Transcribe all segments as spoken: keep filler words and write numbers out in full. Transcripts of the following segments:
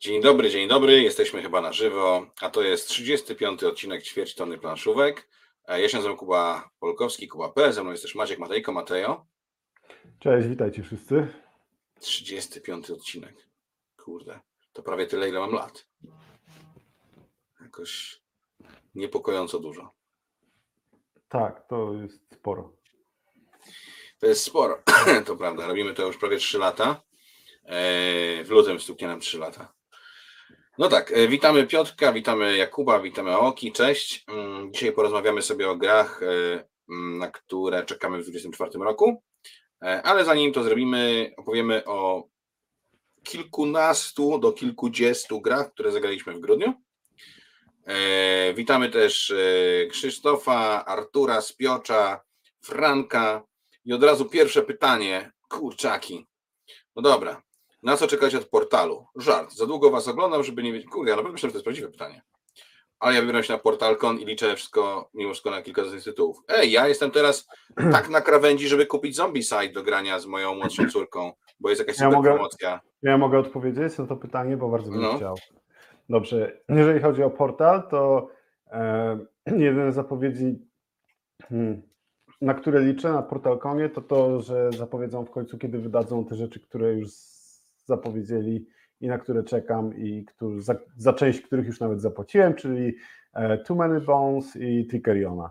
Dzień dobry, dzień dobry, jesteśmy chyba na żywo, a to jest trzydziesty piąty odcinek Ćwierć Tony Planszówek. Ja się nazywam Kuba Polkowski, Kuba P, ze mną jest też Maciek Matejko, Matejo. Cześć, witajcie wszyscy. trzydziesty piąty odcinek, kurde, to prawie tyle, ile mam lat. Jakoś niepokojąco dużo. Tak, to jest sporo. To jest sporo, to prawda, robimy to już prawie trzy lata. W lutym stuknie nam trzy lata. No tak, witamy Piotrka, witamy Jakuba, witamy Aoki, cześć. Dzisiaj porozmawiamy sobie o grach, na które czekamy w dwudziestym czwartym roku, ale zanim to zrobimy, opowiemy o kilkunastu do kilkudziestu grach, które zagraliśmy w grudniu. Witamy też Krzysztofa, Artura, Spiocza, Franka i od razu pierwsze pytanie, kurczaki. No dobra. Na co czekać od portalu? Żart. Za długo was oglądam, żeby nie wiedzieć. Kurde, ja naprawdę myślę, że to jest prawdziwe pytanie. Ale ja wybieram się na PortalCon i liczę wszystko, mimo wszystko na kilka z tych tytułów. Ej, ja jestem teraz tak na krawędzi, żeby kupić Zombicide do grania z moją młodszą córką, bo jest jakaś Ja super mogę, promocja. ja mogę odpowiedzieć na to pytanie, bo bardzo bym No. chciał. Dobrze, jeżeli chodzi o portal, to e, jeden z zapowiedzi, hmm, na które liczę na PortalConie, to to, że zapowiedzą w końcu, kiedy wydadzą te rzeczy, które już zapowiedzieli i na które czekam i który, za, za część których już nawet zapłaciłem, czyli e, Too Many Bones i Trickeriona.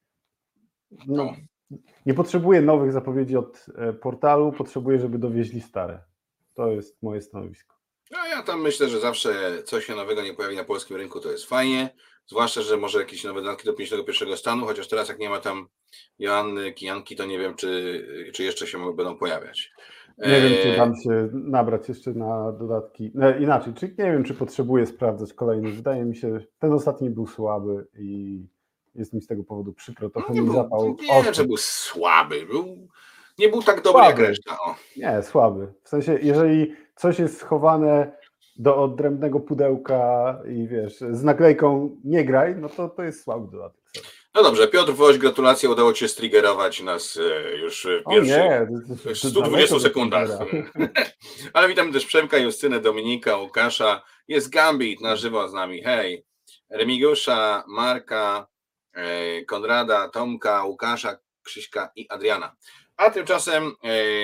No, nie potrzebuję nowych zapowiedzi od e, portalu, potrzebuję, żeby dowieźli stare. To jest moje stanowisko. No ja tam myślę, że zawsze coś się nowego nie pojawi na polskim rynku, to jest fajnie. Zwłaszcza, że może jakieś nowe dodatki do pięćdziesiątego pierwszego stanu, chociaż teraz jak nie ma tam Joanny Kijanki, to nie wiem, czy, czy jeszcze się będą pojawiać. Nie wiem, czy tam się nabrać jeszcze na dodatki. No, inaczej, czy nie wiem, czy potrzebuję sprawdzać kolejny. Wydaje mi się, ten ostatni był słaby i jest mi z tego powodu przykro. Trochę nie mi był, zapał. Nie wiem, że był słaby. Był, nie był tak dobry Słaby. jak reszta. O. Nie, słaby. W sensie, jeżeli coś jest schowane do odrębnego pudełka i wiesz, z naklejką nie graj, no to to jest słaby dodatek. No dobrze, Piotr Woś, gratulacje, udało ci się striggerować nas już w pierwszych stu dwudziestu sekundach. Ale witamy też Przemka, Justynę, Dominika, Łukasza, jest Gambit na żywo z nami, hej, Remigiusza, Marka, Konrada, Tomka, Łukasza, Krzyśka i Adriana. A tymczasem,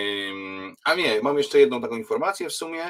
a nie, mam jeszcze jedną taką informację w sumie,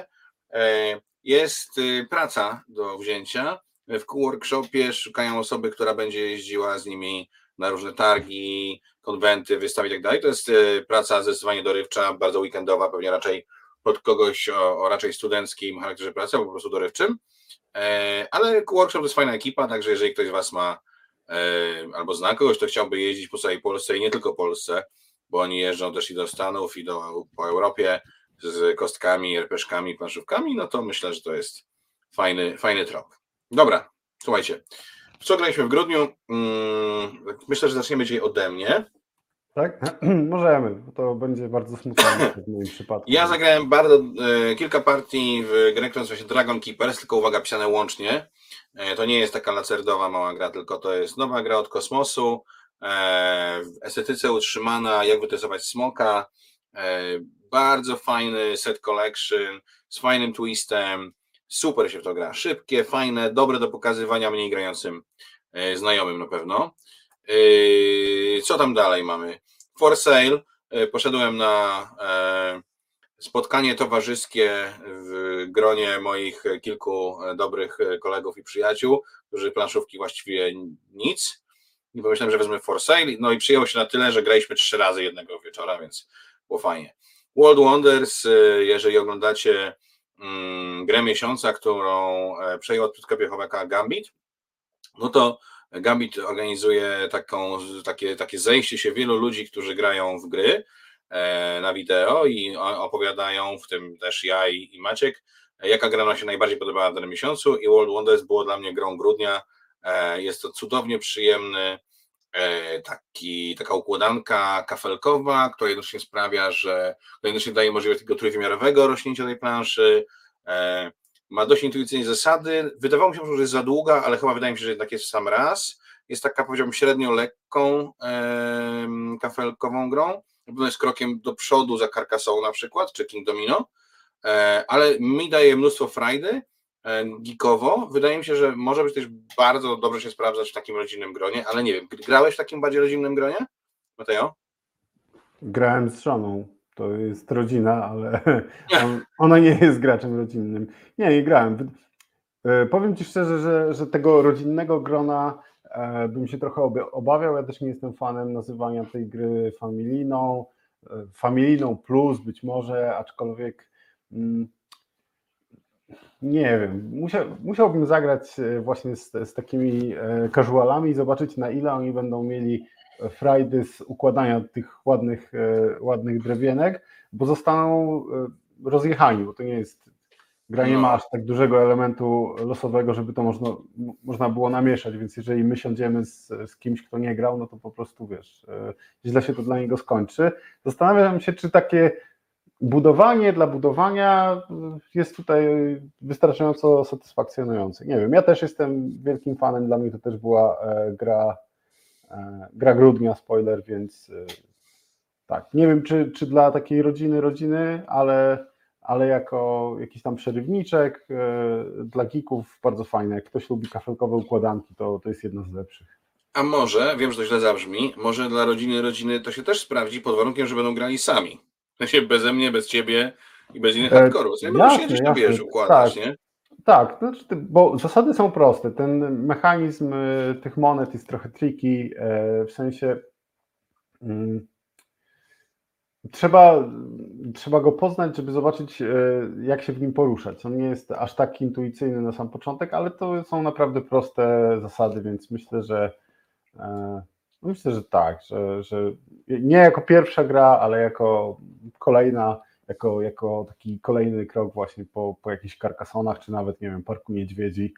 jest praca do wzięcia. W workshopie szukają osoby, która będzie jeździła z nimi na różne targi, konwenty, wystawy i tak dalej. To jest praca zdecydowanie dorywcza, bardzo weekendowa, pewnie raczej pod kogoś o, o raczej studenckim charakterze pracy, albo po prostu dorywczym. Ale workshop to jest fajna ekipa, także jeżeli ktoś z was ma albo zna kogoś, kto chciałby jeździć po całej Polsce i nie tylko Polsce, bo oni jeżdżą też i do Stanów, i do, po Europie z kostkami, er pe szkami, planszówkami, no to myślę, że to jest fajny, fajny trop. Dobra, słuchajcie, w co graliśmy w grudniu? Myślę, że zaczniemy dzisiaj ode mnie. Tak? Możemy, bo to będzie bardzo smutne w moim przypadku. Ja zagrałem bardzo, e, kilka partii w grę, która nazywa się Dragon Keepers, tylko uwaga, pisane łącznie. E, to nie jest taka lacerdowa mała gra, tylko to jest nowa gra od Kosmosu, e, w estetyce utrzymana, jak wytestować smoka, e, bardzo fajny set collection z fajnym twistem. Super się w to gra. Szybkie, fajne, dobre do pokazywania mniej grającym e, znajomym na pewno. E, co tam dalej mamy? For Sale. E, poszedłem na e, spotkanie towarzyskie w gronie moich kilku dobrych kolegów i przyjaciół, którzy planszówki właściwie nic. I pomyślałem, że wezmę For Sale. No i przyjęło się na tyle, że graliśmy trzy razy jednego wieczora, więc było fajnie. World Wonders, e, jeżeli oglądacie grę miesiąca, którą przejął od Piotrka Piechowaka Gambit, no to Gambit organizuje taką, takie, takie zejście się wielu ludzi, którzy grają w gry na wideo i opowiadają, w tym też ja i, i Maciek, jaka gra nam się najbardziej podobała w danym miesiącu i World Wonders było dla mnie grą grudnia. Jest to cudownie przyjemny taki, taka układanka kafelkowa, która jednocześnie sprawia, że która jednocześnie daje możliwość tego trójwymiarowego rośnięcia tej planszy, ma dość intuicyjne zasady, wydawało mi się, że jest za długa, ale chyba wydaje mi się, że jednak jest w sam raz, jest taka, powiedziałbym, średnio lekką kafelkową grą, jest krokiem do przodu za Carcassonne na przykład, czy King Domino, ale mi daje mnóstwo frajdy geekowo. Wydaje mi się, że może być też bardzo dobrze się sprawdzać w takim rodzinnym gronie, ale nie wiem, grałeś w takim bardziej rodzinnym gronie, Mateo? Grałem z żoną, to jest rodzina, ale on, ona nie jest graczem rodzinnym. Nie, nie grałem. Powiem Ci szczerze, że, że tego rodzinnego grona e, bym się trochę obawiał. Ja też nie jestem fanem nazywania tej gry familijną. Familijną plus być może, aczkolwiek mm, nie wiem. Musiał, musiałbym zagrać właśnie z, z takimi casualami i zobaczyć, na ile oni będą mieli frajdy z układania tych ładnych, ładnych drewienek, bo zostaną rozjechani, bo to nie jest, gra nie ma aż tak dużego elementu losowego, żeby to można, można było namieszać, więc jeżeli my siądziemy z, z kimś, kto nie grał, no to po prostu wiesz, źle się to dla niego skończy. Zastanawiam się, czy takie budowanie dla budowania jest tutaj wystarczająco satysfakcjonujące. Nie wiem, ja też jestem wielkim fanem, dla mnie to też była gra gra grudnia, spoiler, więc tak, nie wiem, czy, czy dla takiej rodziny, rodziny, ale, ale jako jakiś tam przerywniczek dla geeków bardzo fajne. Jak ktoś lubi kafelkowe układanki, to, to jest jedna z lepszych. A może, wiem, że to źle zabrzmi, może dla rodziny, rodziny to się też sprawdzi pod warunkiem, że będą grali sami. Znaczy beze mnie, bez ciebie i bez innych hardkorów. Ja będę siedzieć na wieży, układać, tak. nie? Tak, znaczy, bo zasady są proste. Ten mechanizm tych monet jest trochę tricky, w sensie hmm, trzeba, trzeba go poznać, żeby zobaczyć, jak się w nim poruszać. On nie jest aż tak intuicyjny na sam początek, ale to są naprawdę proste zasady, więc myślę, że myślę, że tak, że, że nie jako pierwsza gra, ale jako kolejna, jako, jako taki kolejny krok właśnie po, po jakichś Carcassonnach, czy nawet, nie wiem, Parku Niedźwiedzi.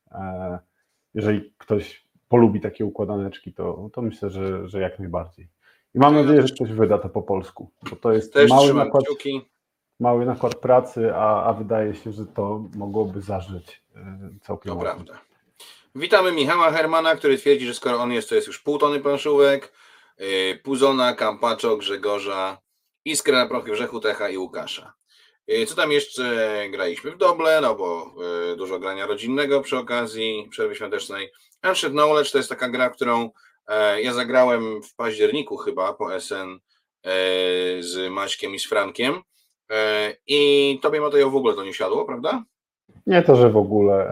Jeżeli ktoś polubi takie układaneczki, to, to myślę, że, że jak najbardziej. I mam nadzieję, że ktoś wyda to po polsku, bo to jest Też mały nakład, kciuki. mały nakład pracy, a, a wydaje się, że to mogłoby zażyć całkiem. To prawda. Witamy Michała Hermana, który twierdzi, że skoro on jest, to jest już pół tony planszówek, yy, Puzona, Kampaczo, Grzegorza, Iskra na prochy, Grzechu, Techa i Łukasza. Yy, co tam jeszcze graliśmy w Doble, no bo yy, dużo grania rodzinnego przy okazji przerwy świątecznej. Ancient Knowledge to jest taka gra, którą yy, ja zagrałem w październiku chyba po S N yy, z Maćkiem i z Frankiem. Yy, I tobie, Mateo, w ogóle to nie siadło, prawda? Nie to, że w ogóle.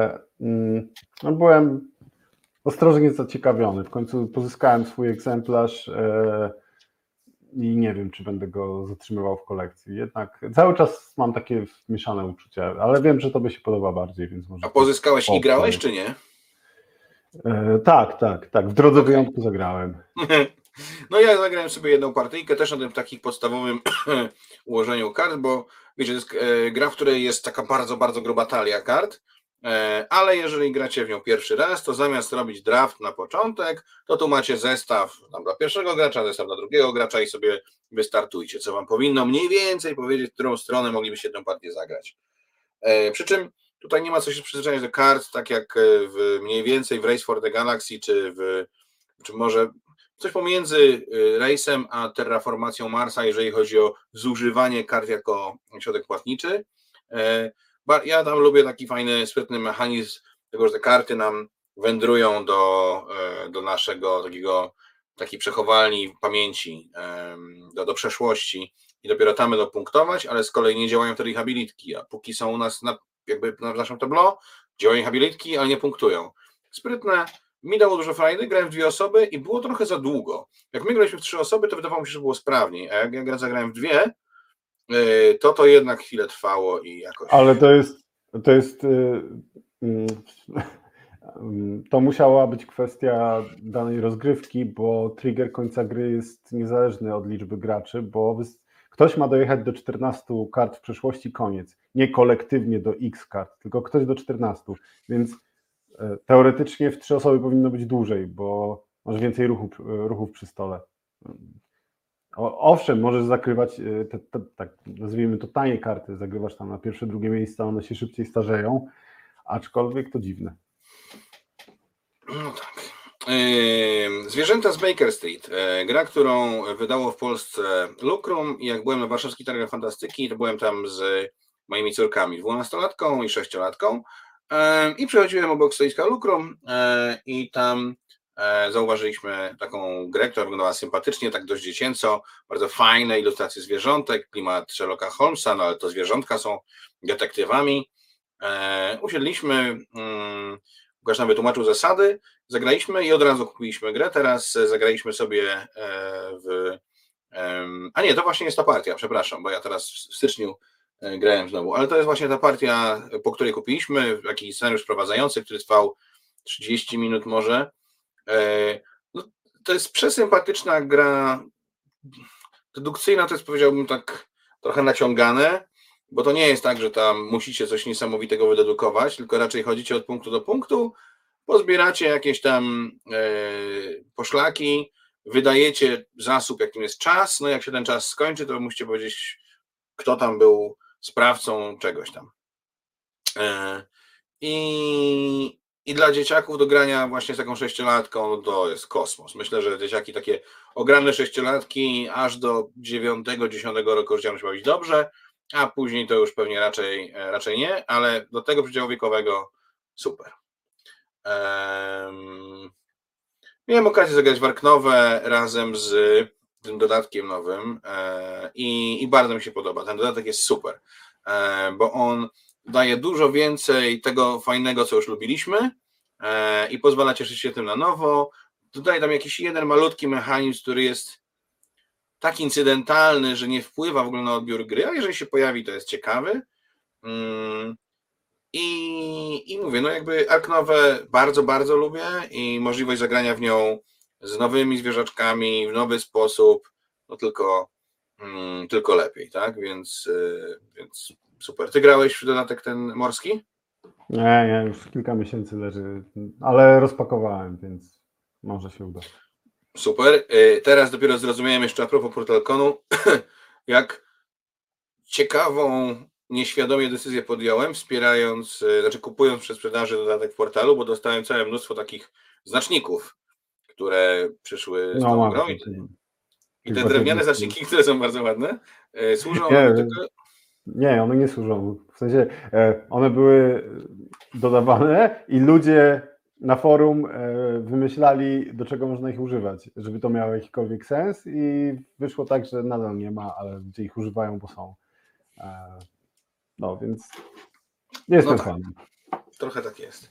No, byłem ostrożnie zaciekawiony. W końcu pozyskałem swój egzemplarz i nie wiem, czy będę go zatrzymywał w kolekcji. Jednak cały czas mam takie mieszane uczucia, ale wiem, że tobie się podoba bardziej, więc może. A pozyskałeś i grałeś, czy nie? Tak, tak, tak. W drodze okay. Wyjątku zagrałem. No ja zagrałem sobie jedną partyjkę też na tym takim podstawowym ułożeniu kart, bo wiecie, to jest gra, w której jest taka bardzo, bardzo gruba talia kart, ale jeżeli gracie w nią pierwszy raz, to zamiast robić draft na początek, to tu macie zestaw tam dla pierwszego gracza, zestaw dla drugiego gracza i sobie wystartujcie, co wam powinno mniej więcej powiedzieć, w którą stronę moglibyście tę partię zagrać. Przy czym tutaj nie ma co się przyzwyczaić do kart, tak jak w mniej więcej w Race for the Galaxy, czy w, czy może coś pomiędzy Race'em a terraformacją Marsa, jeżeli chodzi o zużywanie kart jako środek płatniczy. Ja tam lubię taki fajny, sprytny mechanizm tego, że te karty nam wędrują do, do naszego takiego, takiej przechowalni pamięci, do, do przeszłości i dopiero tam będą punktować, ale z kolei nie działają wtedy ich abilitki, a póki są u nas na, jakby na naszym tableau, działają ich abilitki, ale nie punktują. Sprytne. Mi dało dużo frajdy, grałem w dwie osoby i było trochę za długo. Jak my graliśmy w trzy osoby, to wydawało mi się, że było sprawniej, a jak ja zagrałem w dwie, to to jednak chwilę trwało i jakoś... Ale to jest, to jest, to musiała być kwestia danej rozgrywki, bo trigger końca gry jest niezależny od liczby graczy, bo ktoś ma dojechać do czternastu kart w przeszłości, koniec. Nie kolektywnie do X kart, tylko ktoś do czternastu, więc teoretycznie w trzy osoby powinno być dłużej, bo masz więcej ruchów, ruchów przy stole. O, owszem, możesz zakrywać, te, te, tak nazwijmy to tanie karty, zagrywasz tam na pierwsze, drugie miejsca, one się szybciej starzeją, aczkolwiek to dziwne. No tak. Zwierzęta z Baker Street. Gra, którą wydało w Polsce Lucrum i jak byłem na warszawskich targach fantastyki, to byłem tam z moimi córkami, dwunastolatką i sześciolatką, i przechodziłem obok stoiska Lukrum i tam zauważyliśmy taką grę, która wyglądała sympatycznie, tak dość dziecięco, bardzo fajne ilustracje zwierzątek, klimat Sherlocka Holmesa, no ale to zwierzątka są detektywami. Usiedliśmy, Łukasz nam wytłumaczył zasady, zagraliśmy i od razu kupiliśmy grę. Teraz zagraliśmy sobie w... A nie, to właśnie jest ta partia, przepraszam, bo ja teraz w styczniu grałem znowu, ale to jest właśnie ta partia, po której kupiliśmy, jakiś scenariusz wprowadzający, który trwał trzydzieści minut może. No, to jest przesympatyczna gra, dedukcyjna to jest, powiedziałbym, tak trochę naciągane, bo to nie jest tak, że tam musicie coś niesamowitego wydedukować, tylko raczej chodzicie od punktu do punktu, pozbieracie jakieś tam poszlaki, wydajecie zasób, jakim jest czas, no jak się ten czas skończy, to musicie powiedzieć, kto tam był sprawcą czegoś tam. I, i dla dzieciaków do grania właśnie z taką sześciolatką to jest kosmos. Myślę, że dzieciaki takie ograne sześciolatki aż do dziewiątego, dziesiątego roku życia muszą bawić dobrze, a później to już pewnie raczej, raczej nie, ale do tego przedziału wiekowego super. Um, miałem okazję zagrać w Arknowe razem z tym dodatkiem nowym e, i, i bardzo mi się podoba. Ten dodatek jest super, e, bo on daje dużo więcej tego fajnego, co już lubiliśmy e, i pozwala cieszyć się tym na nowo. Dodaje tam jakiś jeden malutki mechanizm, który jest tak incydentalny, że nie wpływa w ogóle na odbiór gry, a jeżeli się pojawi, to jest ciekawy. Mm, i, I mówię, no jakby Arknowe bardzo, bardzo lubię i możliwość zagrania w nią z nowymi zwierzaczkami w nowy sposób, no tylko, mm, tylko lepiej, tak? Więc, yy, więc super. Ty grałeś w dodatek ten morski? Nie, nie, już kilka miesięcy leży, ale rozpakowałem, więc może się uda. Super. Yy, teraz dopiero zrozumiałem jeszcze a propos PortalConu, jak ciekawą, nieświadomie decyzję podjąłem, wspierając, yy, znaczy kupując przez sprzedaży dodatek w portalu, bo dostałem całe mnóstwo takich znaczników, które przyszły z No, tą mam grą. to. I, I te drewniane znaczniki, które są bardzo ładne, yy, służą Nie, do tego. Nie, one nie służą. W sensie e, one były dodawane i ludzie na forum e, wymyślali, do czego można ich używać, żeby to miało jakikolwiek sens i wyszło tak, że nadal nie ma, ale ludzie ich używają, bo są. E, no więc nie jestem No tak, fanem. trochę tak jest.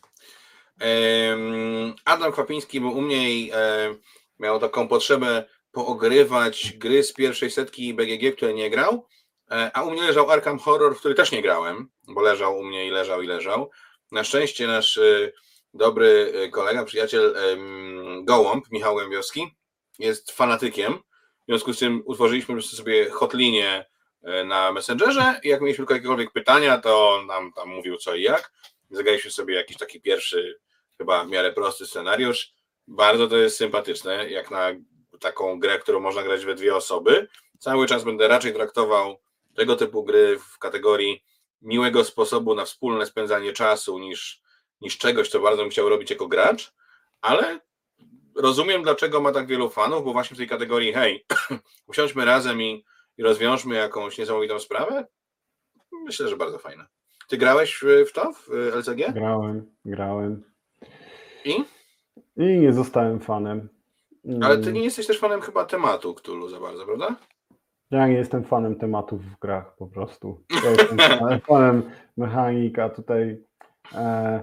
Um, Adam Kwapiński był u mnie i e, miał taką potrzebę poogrywać gry z pierwszej setki B G G, które nie grał, e, a u mnie leżał Arkham Horror, w który też nie grałem, bo leżał u mnie i leżał i leżał. Na szczęście nasz e, dobry kolega, przyjaciel e, Gołąb, Michał Głębiowski, jest fanatykiem, w związku z tym utworzyliśmy sobie hotlinię na Messengerze i jak mieliśmy tylko jakiekolwiek pytania, to nam tam mówił co i jak. Zagraliśmy sobie jakiś taki pierwszy, chyba w miarę prosty scenariusz. Bardzo to jest sympatyczne, jak na taką grę, którą można grać we dwie osoby. Cały czas będę raczej traktował tego typu gry w kategorii miłego sposobu na wspólne spędzanie czasu niż, niż czegoś, co bardzo bym chciał robić jako gracz, ale rozumiem, dlaczego ma tak wielu fanów, bo właśnie w tej kategorii hej, usiądźmy razem i, i rozwiążmy jakąś niesamowitą sprawę. Myślę, że bardzo fajne. Ty grałeś w to, w L C G? Grałem, grałem. I? I nie zostałem fanem. Ale ty nie jesteś też fanem chyba tematu Cthulhu za bardzo, prawda? Ja nie jestem fanem tematów w grach po prostu. Ja jestem fanem mechanik, a tutaj e,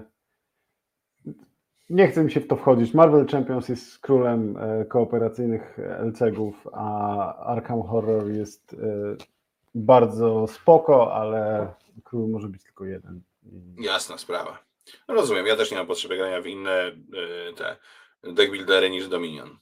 nie chce mi się w to wchodzić. Marvel Champions jest królem e, kooperacyjnych L C G-ów, a Arkham Horror jest e, bardzo spoko, ale król może być tylko jeden. Jasna sprawa. No rozumiem, ja też nie mam potrzeby grania w inne te deckbuildery niż Dominion.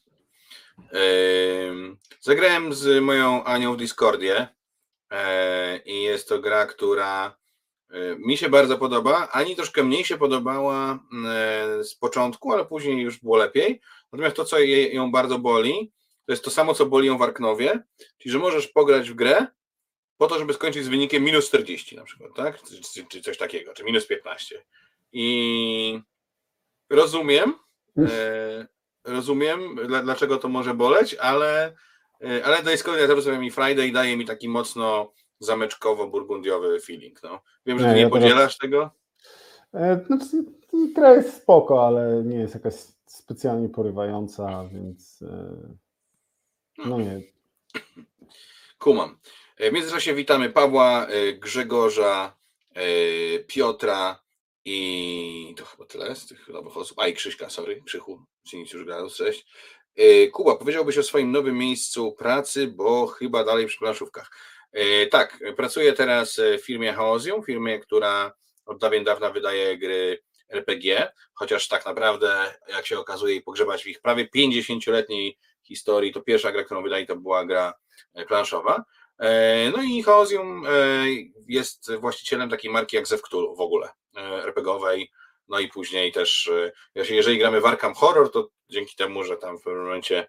Zagrałem z moją Anią w Discordzie i jest to gra, która mi się bardzo podoba. Ani troszkę mniej się podobała z początku, ale później już było lepiej. Natomiast to, co ją bardzo boli, to jest to samo, co boli ją w Arknowie, czyli że możesz pograć w grę po to, żeby skończyć z wynikiem minus czterdzieści na przykład, tak? Czy, czy coś takiego, czy minus piętnaście. I rozumiem, e, rozumiem, dlaczego to może boleć, ale, ale Discord ja sobie mi Friday daje mi taki mocno zameczkowo-burgundiowy feeling. No. Wiem, że Nie, ty nie ja teraz- podzielasz tego. E, Znaczy, gra jest spoko, ale nie jest jakaś specjalnie porywająca, więc e, no nie. Kumam. E, W międzyczasie witamy Pawła, e, Grzegorza, e, Piotra i to chyba tyle z tych nowych osób. A i Krzyśka, sorry, Krzychu, czy nic już gadał, cześć. E, Kuba, powiedziałbyś o swoim nowym miejscu pracy, bo chyba dalej przy planszówkach. E, Tak, pracuję teraz w firmie Chaosium, firmie, która od dawien dawna wydaje gry R P G, chociaż tak naprawdę, jak się okazuje, i pogrzebać w ich prawie pięćdziesięcioletniej historii, to pierwsza gra, którą wydali, to była gra planszowa. No i Chaosium jest właścicielem takiej marki jak Zew Cthulhu w ogóle, er pe gie owej, no i później też, jeżeli gramy w Arkham Horror, to dzięki temu, że tam w pewnym momencie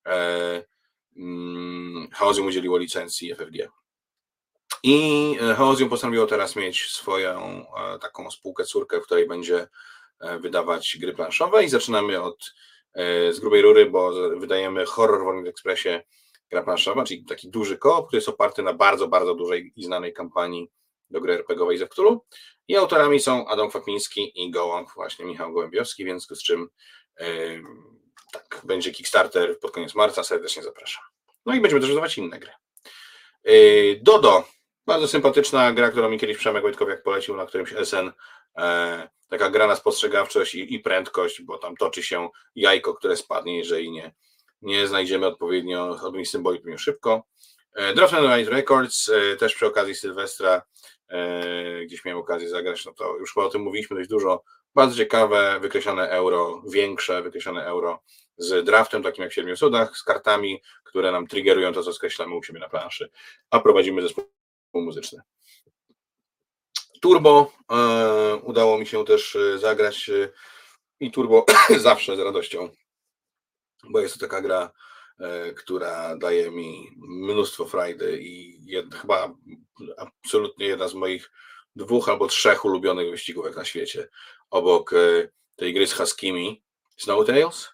Chaosium udzieliło licencji F F G. I Chaosium postanowiło teraz mieć swoją taką spółkę córkę, w której będzie wydawać gry planszowe i zaczynamy od z grubej rury, bo wydajemy Horror w Orient Expressie gra planszowa, czyli taki duży koop, który jest oparty na bardzo, bardzo dużej i znanej kampanii do gry er pe gie owej Zew Cthulhu. I autorami są Adam Kwapiński i Gołąb, właśnie Michał Gołębiowski, więc z czym yy, tak, będzie Kickstarter pod koniec marca, serdecznie zapraszam. No i będziemy też wydawać inne gry. Yy, Dodo, bardzo sympatyczna gra, którą mi kiedyś Przemek Wojtkowiak polecił na którymś S N. E, taka gra na spostrzegawczość i, i prędkość, bo tam toczy się jajko, które spadnie, jeżeli nie, nie znajdziemy odpowiednio odpowiednich symboli pewnie szybko. E, Draft and Write Records, e, też przy okazji Sylwestra e, gdzieś miałem okazję zagrać, no to już chyba o tym mówiliśmy dość dużo. Bardzo ciekawe, wykreślone euro, większe wykreślone euro z draftem, takim jak w Siedmiu Cudach, z kartami, które nam triggerują to, co skreślamy u siebie na planszy, a prowadzimy zespół muzyczny. Turbo e, udało mi się też zagrać e, i Turbo zawsze z radością, bo jest to taka gra, e, która daje mi mnóstwo frajdy i jed, chyba absolutnie jedna z moich dwóch albo trzech ulubionych wyścigówek na świecie, obok e, tej gry z Huskimi, Snow Tales,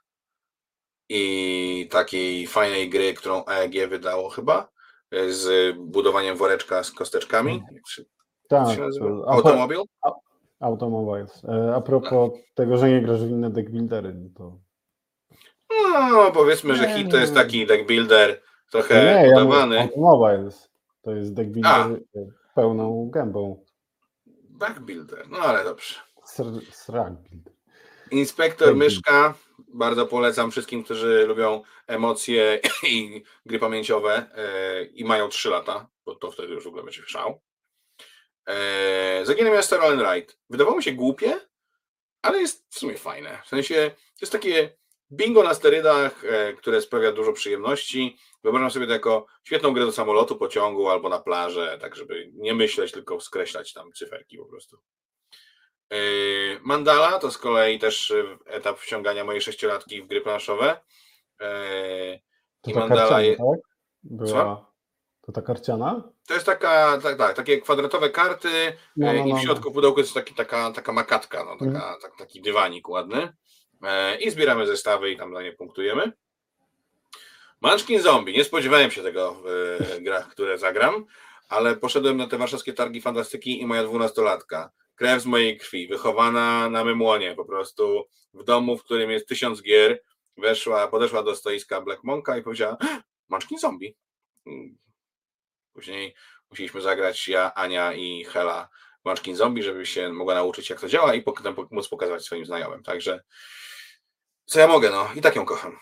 i takiej fajnej gry, którą A E G wydało chyba, e, z budowaniem woreczka z kosteczkami. Jak się, Tak, jak się nazywa? to- Automobil? Automobiles. E, A propos tego, że nie grasz w inne deck buildery, no to No, powiedzmy, że hit to jest taki deck builder trochę nie, ja mówię udawany. Automobiles. To jest deck builder A. pełną gębą. Back builder, no ale dobrze. Sr- Srak builder. Inspektor Deck Myszka, bardzo polecam wszystkim, którzy lubią emocje i gry pamięciowe e, i mają trzy lata, bo to wtedy już w ogóle będzie szał. E, Zaginę miasto Roll and Ride. Wydawało mi się głupie, ale jest w sumie fajne. W sensie to jest takie bingo na sterydach, e, które sprawia dużo przyjemności. Wyobrażam sobie to jako świetną grę do samolotu, pociągu albo na plażę, tak żeby nie myśleć, tylko skreślać tam cyferki po prostu. E, Mandala to z kolei też etap wciągania mojej sześciolatki w gry planszowe. E, To I ta Mandala karciana, je, tak? Była... Słucham? To ta karciana? to jest taka, tak, tak, takie kwadratowe karty No, e, no, i no, w środku pudełka jest taki, taka, taka makatka, no, taka, Mhm. tak, taki dywanik ładny. E, I zbieramy zestawy i tam dla nie punktujemy. Munchkin Zombie. Nie spodziewałem się tego w e, grach, które zagram, ale poszedłem na te warszawskie targi fantastyki i moja dwunastolatka, krew z mojej krwi, wychowana na mym łonie, po prostu w domu, w którym jest tysiąc gier, weszła, podeszła do stoiska Black Monka i powiedziała: Munchkin Zombie. Później musieliśmy zagrać ja, Ania i Hela Munchkin Zombie, żeby się mogła nauczyć, jak to działa i potem móc pokazać swoim znajomym. Także co ja mogę, no i tak ją kocham.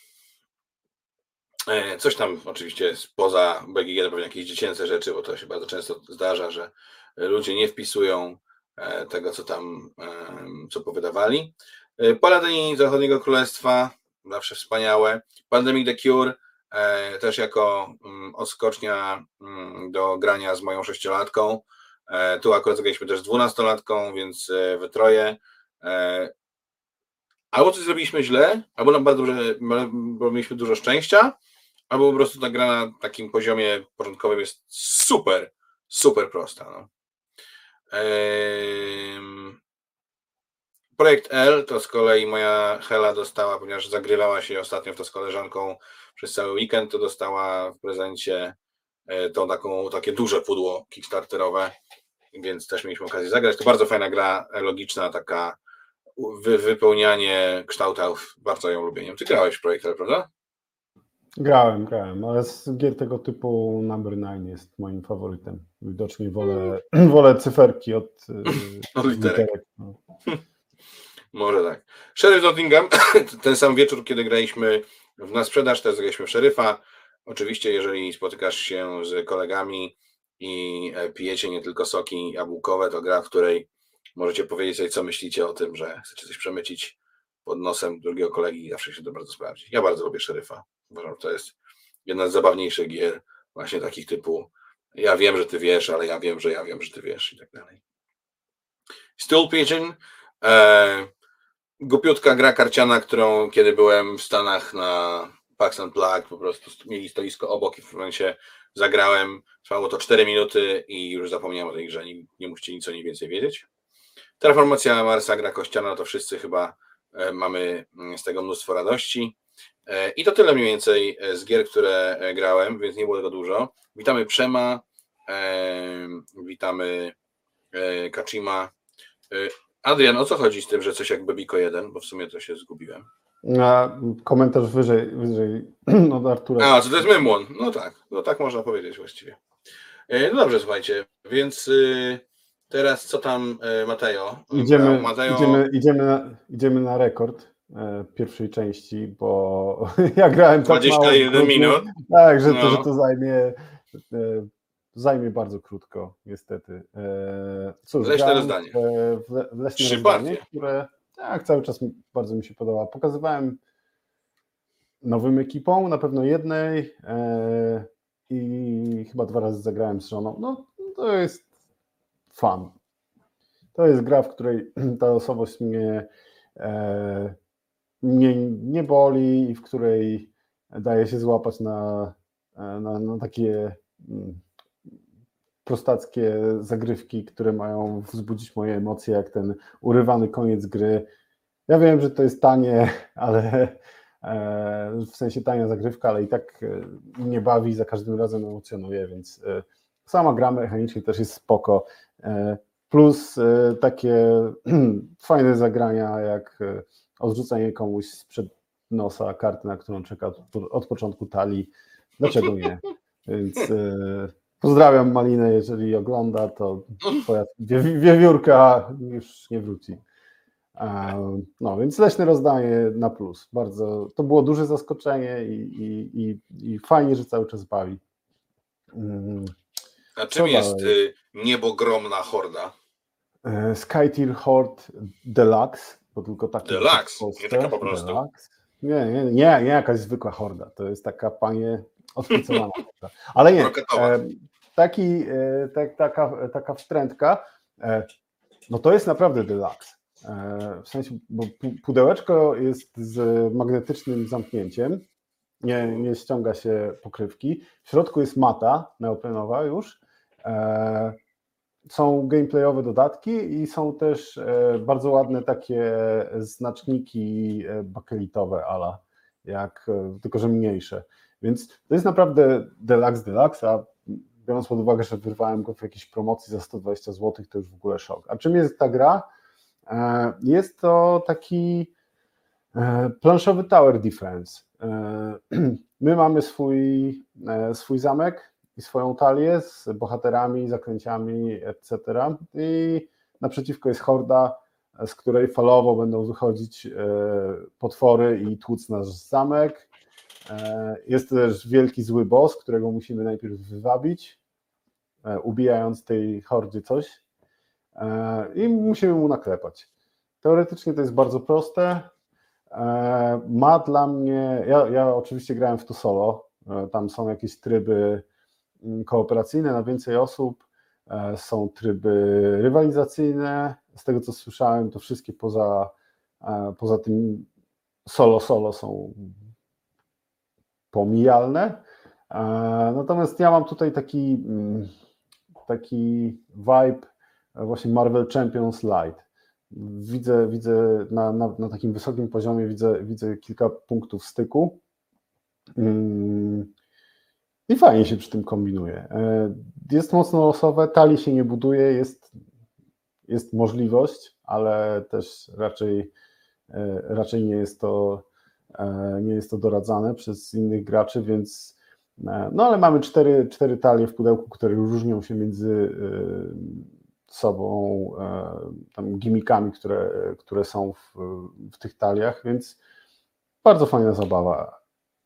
Coś tam oczywiście spoza B G G to pewnie jakieś dziecięce rzeczy, bo to się bardzo często zdarza, że ludzie nie wpisują tego, co tam, co powydawali. Paladyni Zachodniego Królestwa, zawsze wspaniałe. Pandemic the Cure, też jako odskocznia do grania z moją sześciolatką. Tu akurat zagraliśmy też z dwunastolatką, więc we troje. Albo coś zrobiliśmy źle, albo nam bardzo dobrze, bo mieliśmy dużo szczęścia, albo po prostu ta gra na takim poziomie porządkowym jest super, super prosta. No. Ehm... Projekt L to z kolei moja Hela dostała, ponieważ zagrywała się ostatnio w to z koleżanką przez cały weekend, to dostała w prezencie to taką, takie duże pudło kickstarterowe, więc też mieliśmy okazję zagrać. To bardzo fajna gra, logiczna, taka wy, wypełnianie kształtów, bardzo ją lubię. Ty grałeś w projekt, prawda? Grałem, grałem, ale z gier tego typu Number Nine jest moim faworytem. Widocznie wolę, wolę cyferki od, od literek. literek. No. Może tak. Sheriff Nottingham, ten sam wieczór, kiedy graliśmy w Na Sprzedaż, też graliśmy w Szeryfa. Oczywiście, jeżeli spotykasz się z kolegami i pijecie nie tylko soki jabłkowe, to gra, w której możecie powiedzieć sobie, co myślicie o tym, że chcecie coś przemycić pod nosem drugiego kolegi i zawsze się to bardzo sprawdzi. Ja bardzo lubię Szeryfa. Uważam, że to jest jedna z zabawniejszych gier, właśnie takich typu ja wiem, że ty wiesz, ale ja wiem, że ja wiem, że ty wiesz i tak dalej. Stool Pigeon, e, głupiutka gra karciana, którą kiedy byłem w Stanach na Pax and Plug, po prostu mieli stoisko obok i w momencie zagrałem, trwało to cztery minuty i już zapomniałem o tej grze, nie, nie musicie nic o niej więcej wiedzieć. Terraformacja Marsa, gra kościana, to wszyscy chyba e, mamy z tego mnóstwo radości. E, I to tyle mniej więcej z gier, które grałem, więc nie było tego dużo. Witamy Przema, e, witamy e, Kachima. E, Adrian, o co chodzi z tym, że coś jak Bebiko jeden, bo w sumie to się zgubiłem. A komentarz wyżej, wyżej od Artura. A, co to jest Memłon? No tak, no tak można powiedzieć właściwie. No dobrze, słuchajcie, więc teraz co tam Mateo? Idziemy, Mateo... idziemy, idziemy, na, idziemy na rekord pierwszej części, bo ja grałem tak dwadzieścia jeden minut. Tak, że, no. to, że to zajmie zajmie bardzo krótko, niestety. Cóż, leśne rozdanie. W, w leśne Trzy rozdanie, partie. które tak cały czas bardzo mi się podoba. Pokazywałem nowym ekipom, na pewno jednej e, i chyba dwa razy zagrałem z żoną. No to jest fun. To jest gra, w której ta osobowość mnie, e, mnie nie boli i w której daje się złapać na, na, na takie prostackie zagrywki, które mają wzbudzić moje emocje, jak ten urywany koniec gry. Ja wiem, że to jest tanie, ale w sensie tania zagrywka, ale i tak mnie bawi, za każdym razem emocjonuje, więc sama gra mechanicznie też jest spoko. Plus takie fajne zagrania, jak odrzucanie komuś sprzed nosa karty, na którą czeka od, od początku talii. Dlaczego nie? Więc pozdrawiam Malinę, jeżeli ogląda, to twoja wiewiórka już nie wróci. No, więc leśne rozdanie na plus. Bardzo, to było duże zaskoczenie i, i, i, i fajnie, że cały czas bawi. A czym Co jest dalej? Niebogromna horda? Skytier Horde Deluxe, bo tylko taki Deluxe, nie taka po prostu. Deluxe. Nie, nie, nie, nie jakaś zwykła horda, to jest taka, panie, odpicowana horda. Ale nie, e, taki, e, tak, taka, taka wstrętka, e, no to jest naprawdę Deluxe. W sensie, bo pudełeczko jest z magnetycznym zamknięciem, nie, nie ściąga się pokrywki. W środku jest mata neoprenowa już. Są gameplayowe dodatki i są też bardzo ładne takie znaczniki bakelitowe ala, jak, tylko że mniejsze. Więc to jest naprawdę Deluxe Deluxe, a biorąc pod uwagę, że wyrwałem go w jakiejś promocji za sto dwadzieścia złotych, to już w ogóle szok. A czym jest ta gra? Jest to taki planszowy tower defense. My mamy swój, swój zamek i swoją talię z bohaterami, zaklęciami, et cetera. I naprzeciwko jest horda, z której falowo będą wychodzić potwory i tłuc nasz zamek. Jest też wielki zły boss, którego musimy najpierw wywabić, ubijając tej hordzie coś. I musimy mu naklepać. Teoretycznie to jest bardzo proste. Ma dla mnie, ja, ja oczywiście grałem w to solo, tam są jakieś tryby kooperacyjne na więcej osób, są tryby rywalizacyjne, z tego co słyszałem, to wszystkie poza, poza tym solo solo są pomijalne. Natomiast ja mam tutaj taki, taki vibe właśnie Marvel Champions Light. Widzę, widzę na, na, na takim wysokim poziomie widzę, widzę kilka punktów styku. I fajnie się przy tym kombinuje. Jest mocno losowe, talii się nie buduje, jest, jest możliwość, ale też raczej, raczej nie jest to, nie jest to doradzane przez innych graczy, więc no ale mamy cztery, cztery talie w pudełku, które różnią się między sobą tam gimmickami, które, które są w, w tych taliach, więc bardzo fajna zabawa.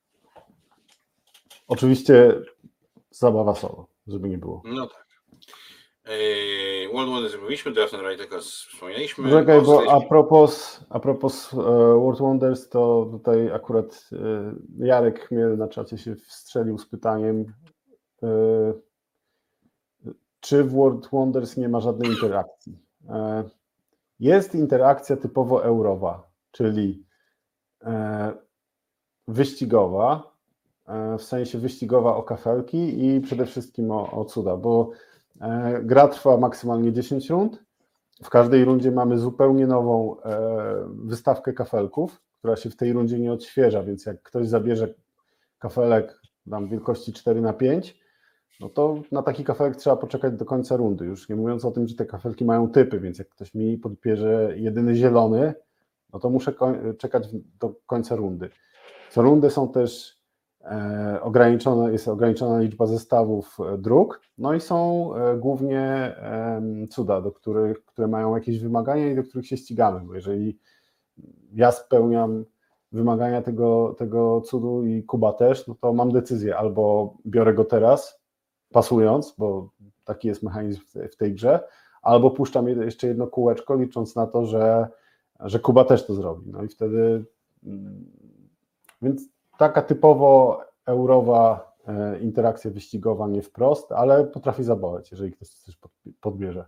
Oczywiście zabawa solo, żeby nie było. No tak. Eee, World Wonders mówiliśmy, Draft and Ride jako wspomnieliśmy. Czekaj, bo Ostrzyj- a propos, a propos e, World Wonders, to tutaj akurat e, Jarek Chmiel na czacie się wstrzelił z pytaniem, e, czy w World Wonders nie ma żadnej interakcji. E, jest interakcja typowo eurowa, czyli e, wyścigowa, e, w sensie wyścigowa o kafelki i przede wszystkim o, o cuda, bo e, gra trwa maksymalnie dziesięć rund. W każdej rundzie mamy zupełnie nową e, wystawkę kafelków, która się w tej rundzie nie odświeża, więc jak ktoś zabierze kafelek tam wielkości cztery na pięć, no to na taki kafelek trzeba poczekać do końca rundy. Już nie mówiąc o tym, że te kafelki mają typy, więc jak ktoś mi podbierze jedyny zielony, no to muszę koń- czekać do końca rundy. Co rundę są też e, ograniczone, jest ograniczona liczba zestawów e, dróg, no i są e, głównie e, cuda, do których, które mają jakieś wymagania i do których się ścigamy, bo jeżeli ja spełniam wymagania tego, tego cudu i Kuba też, no to mam decyzję, albo biorę go teraz, pasując, bo taki jest mechanizm w tej, w tej grze, albo puszczam jeszcze jedno kółeczko, licząc na to, że, że Kuba też to zrobi. No i wtedy, więc taka typowo eurowa interakcja wyścigowa, nie wprost, ale potrafi zabawić, jeżeli ktoś coś podbierze.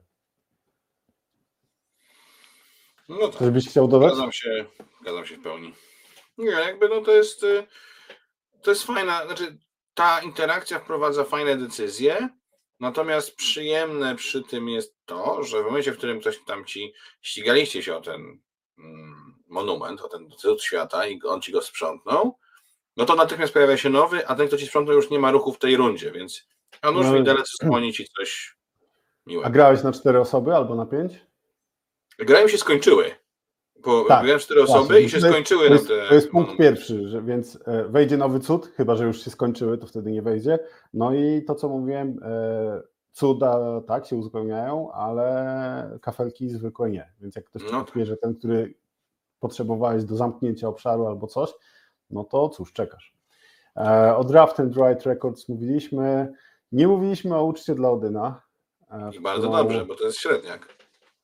No tak. Coś byś chciał dodać? Zgadzam się, zgadzam się w pełni. Nie, jakby no to jest, to jest fajna, znaczy ta interakcja wprowadza fajne decyzje, natomiast przyjemne przy tym jest to, że w momencie, w którym ktoś tam ci ścigaliście się o ten mm, monument, o ten cud świata i on ci go sprzątnął, no to natychmiast pojawia się nowy, a ten, kto ci sprzątnął, już nie ma ruchu w tej rundzie, więc a nóż No, widelec skłoni ci coś miłego. A grałeś na cztery osoby albo na pięć? Grają się skończyły. Bo Tak, grałem cztery osoby właśnie, i się to jest- skończyły to jest, na te. to jest punkt pierwszy, że więc e, wejdzie nowy cud, chyba że już się skończyły, to wtedy nie wejdzie. No i to, co mówiłem, e, cuda tak się uzupełniają, ale kafelki zwykłe nie. Więc jak ktoś ci No tak. podbierze ten, który potrzebowałeś do zamknięcia obszaru albo coś, no to cóż, czekasz. E, o Draft and Ride Records mówiliśmy. Nie mówiliśmy o uczcie dla Odyna. e, I bardzo którą- dobrze, bo to jest średniak.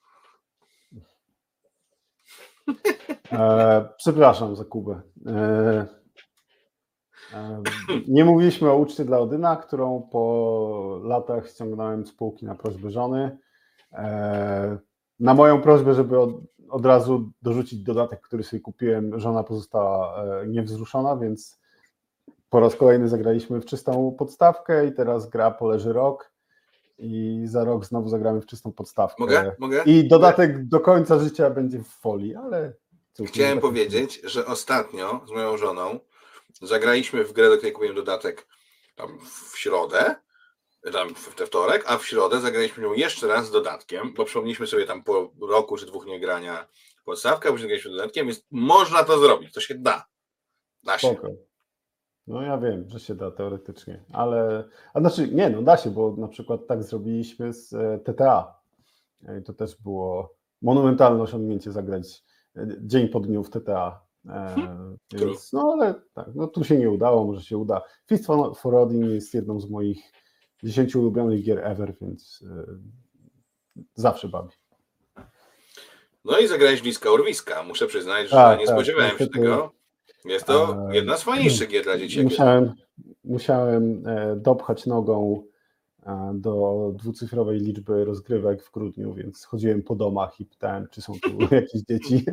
E, przepraszam za Kubę. E, e, nie mówiliśmy o uczcie dla Odyna, którą po latach ściągnąłem z półki na prośbę żony. E, na moją prośbę, żeby od, od razu dorzucić dodatek, który sobie kupiłem, żona pozostała e, niewzruszona, więc po raz kolejny zagraliśmy w czystą podstawkę i teraz gra poleży rok i za rok znowu zagramy w czystą podstawkę. Mogę? Mogę? I dodatek do końca życia będzie w folii, ale cóż, Chciałem nie powiedzieć, że ostatnio z moją żoną zagraliśmy w grę, do której kupiłem dodatek tam w środę, tam w we wtorek, a w środę zagraliśmy ją jeszcze raz z dodatkiem, bo przypomnieliśmy sobie tam po roku czy dwóch nie grania podstawkę, a później zagraliśmy dodatkiem, więc można to zrobić, to się da. Da się. Spoko. No ja wiem, że się da teoretycznie, ale, a znaczy nie, no da się, bo na przykład tak zrobiliśmy z e, T T A. I to też było monumentalne osiągnięcie zagrać e, dzień po dniu w T T A. E, więc, no ale tak, no tu się nie udało, może się uda. Fist for, for Odin jest jedną z moich dziesięciu ulubionych gier ever, więc e, zawsze bawi. No i zagrałeś bliska urwiska. Muszę przyznać, że Tak, nie tak, spodziewałem się niestety- tego. Jest to Eee, jedna z fajniejszych gier dla dzieci. Musiałem, musiałem e, dopchać nogą e, do dwucyfrowej liczby rozgrywek w grudniu, więc chodziłem po domach i pytałem, czy są tu jakieś dzieci.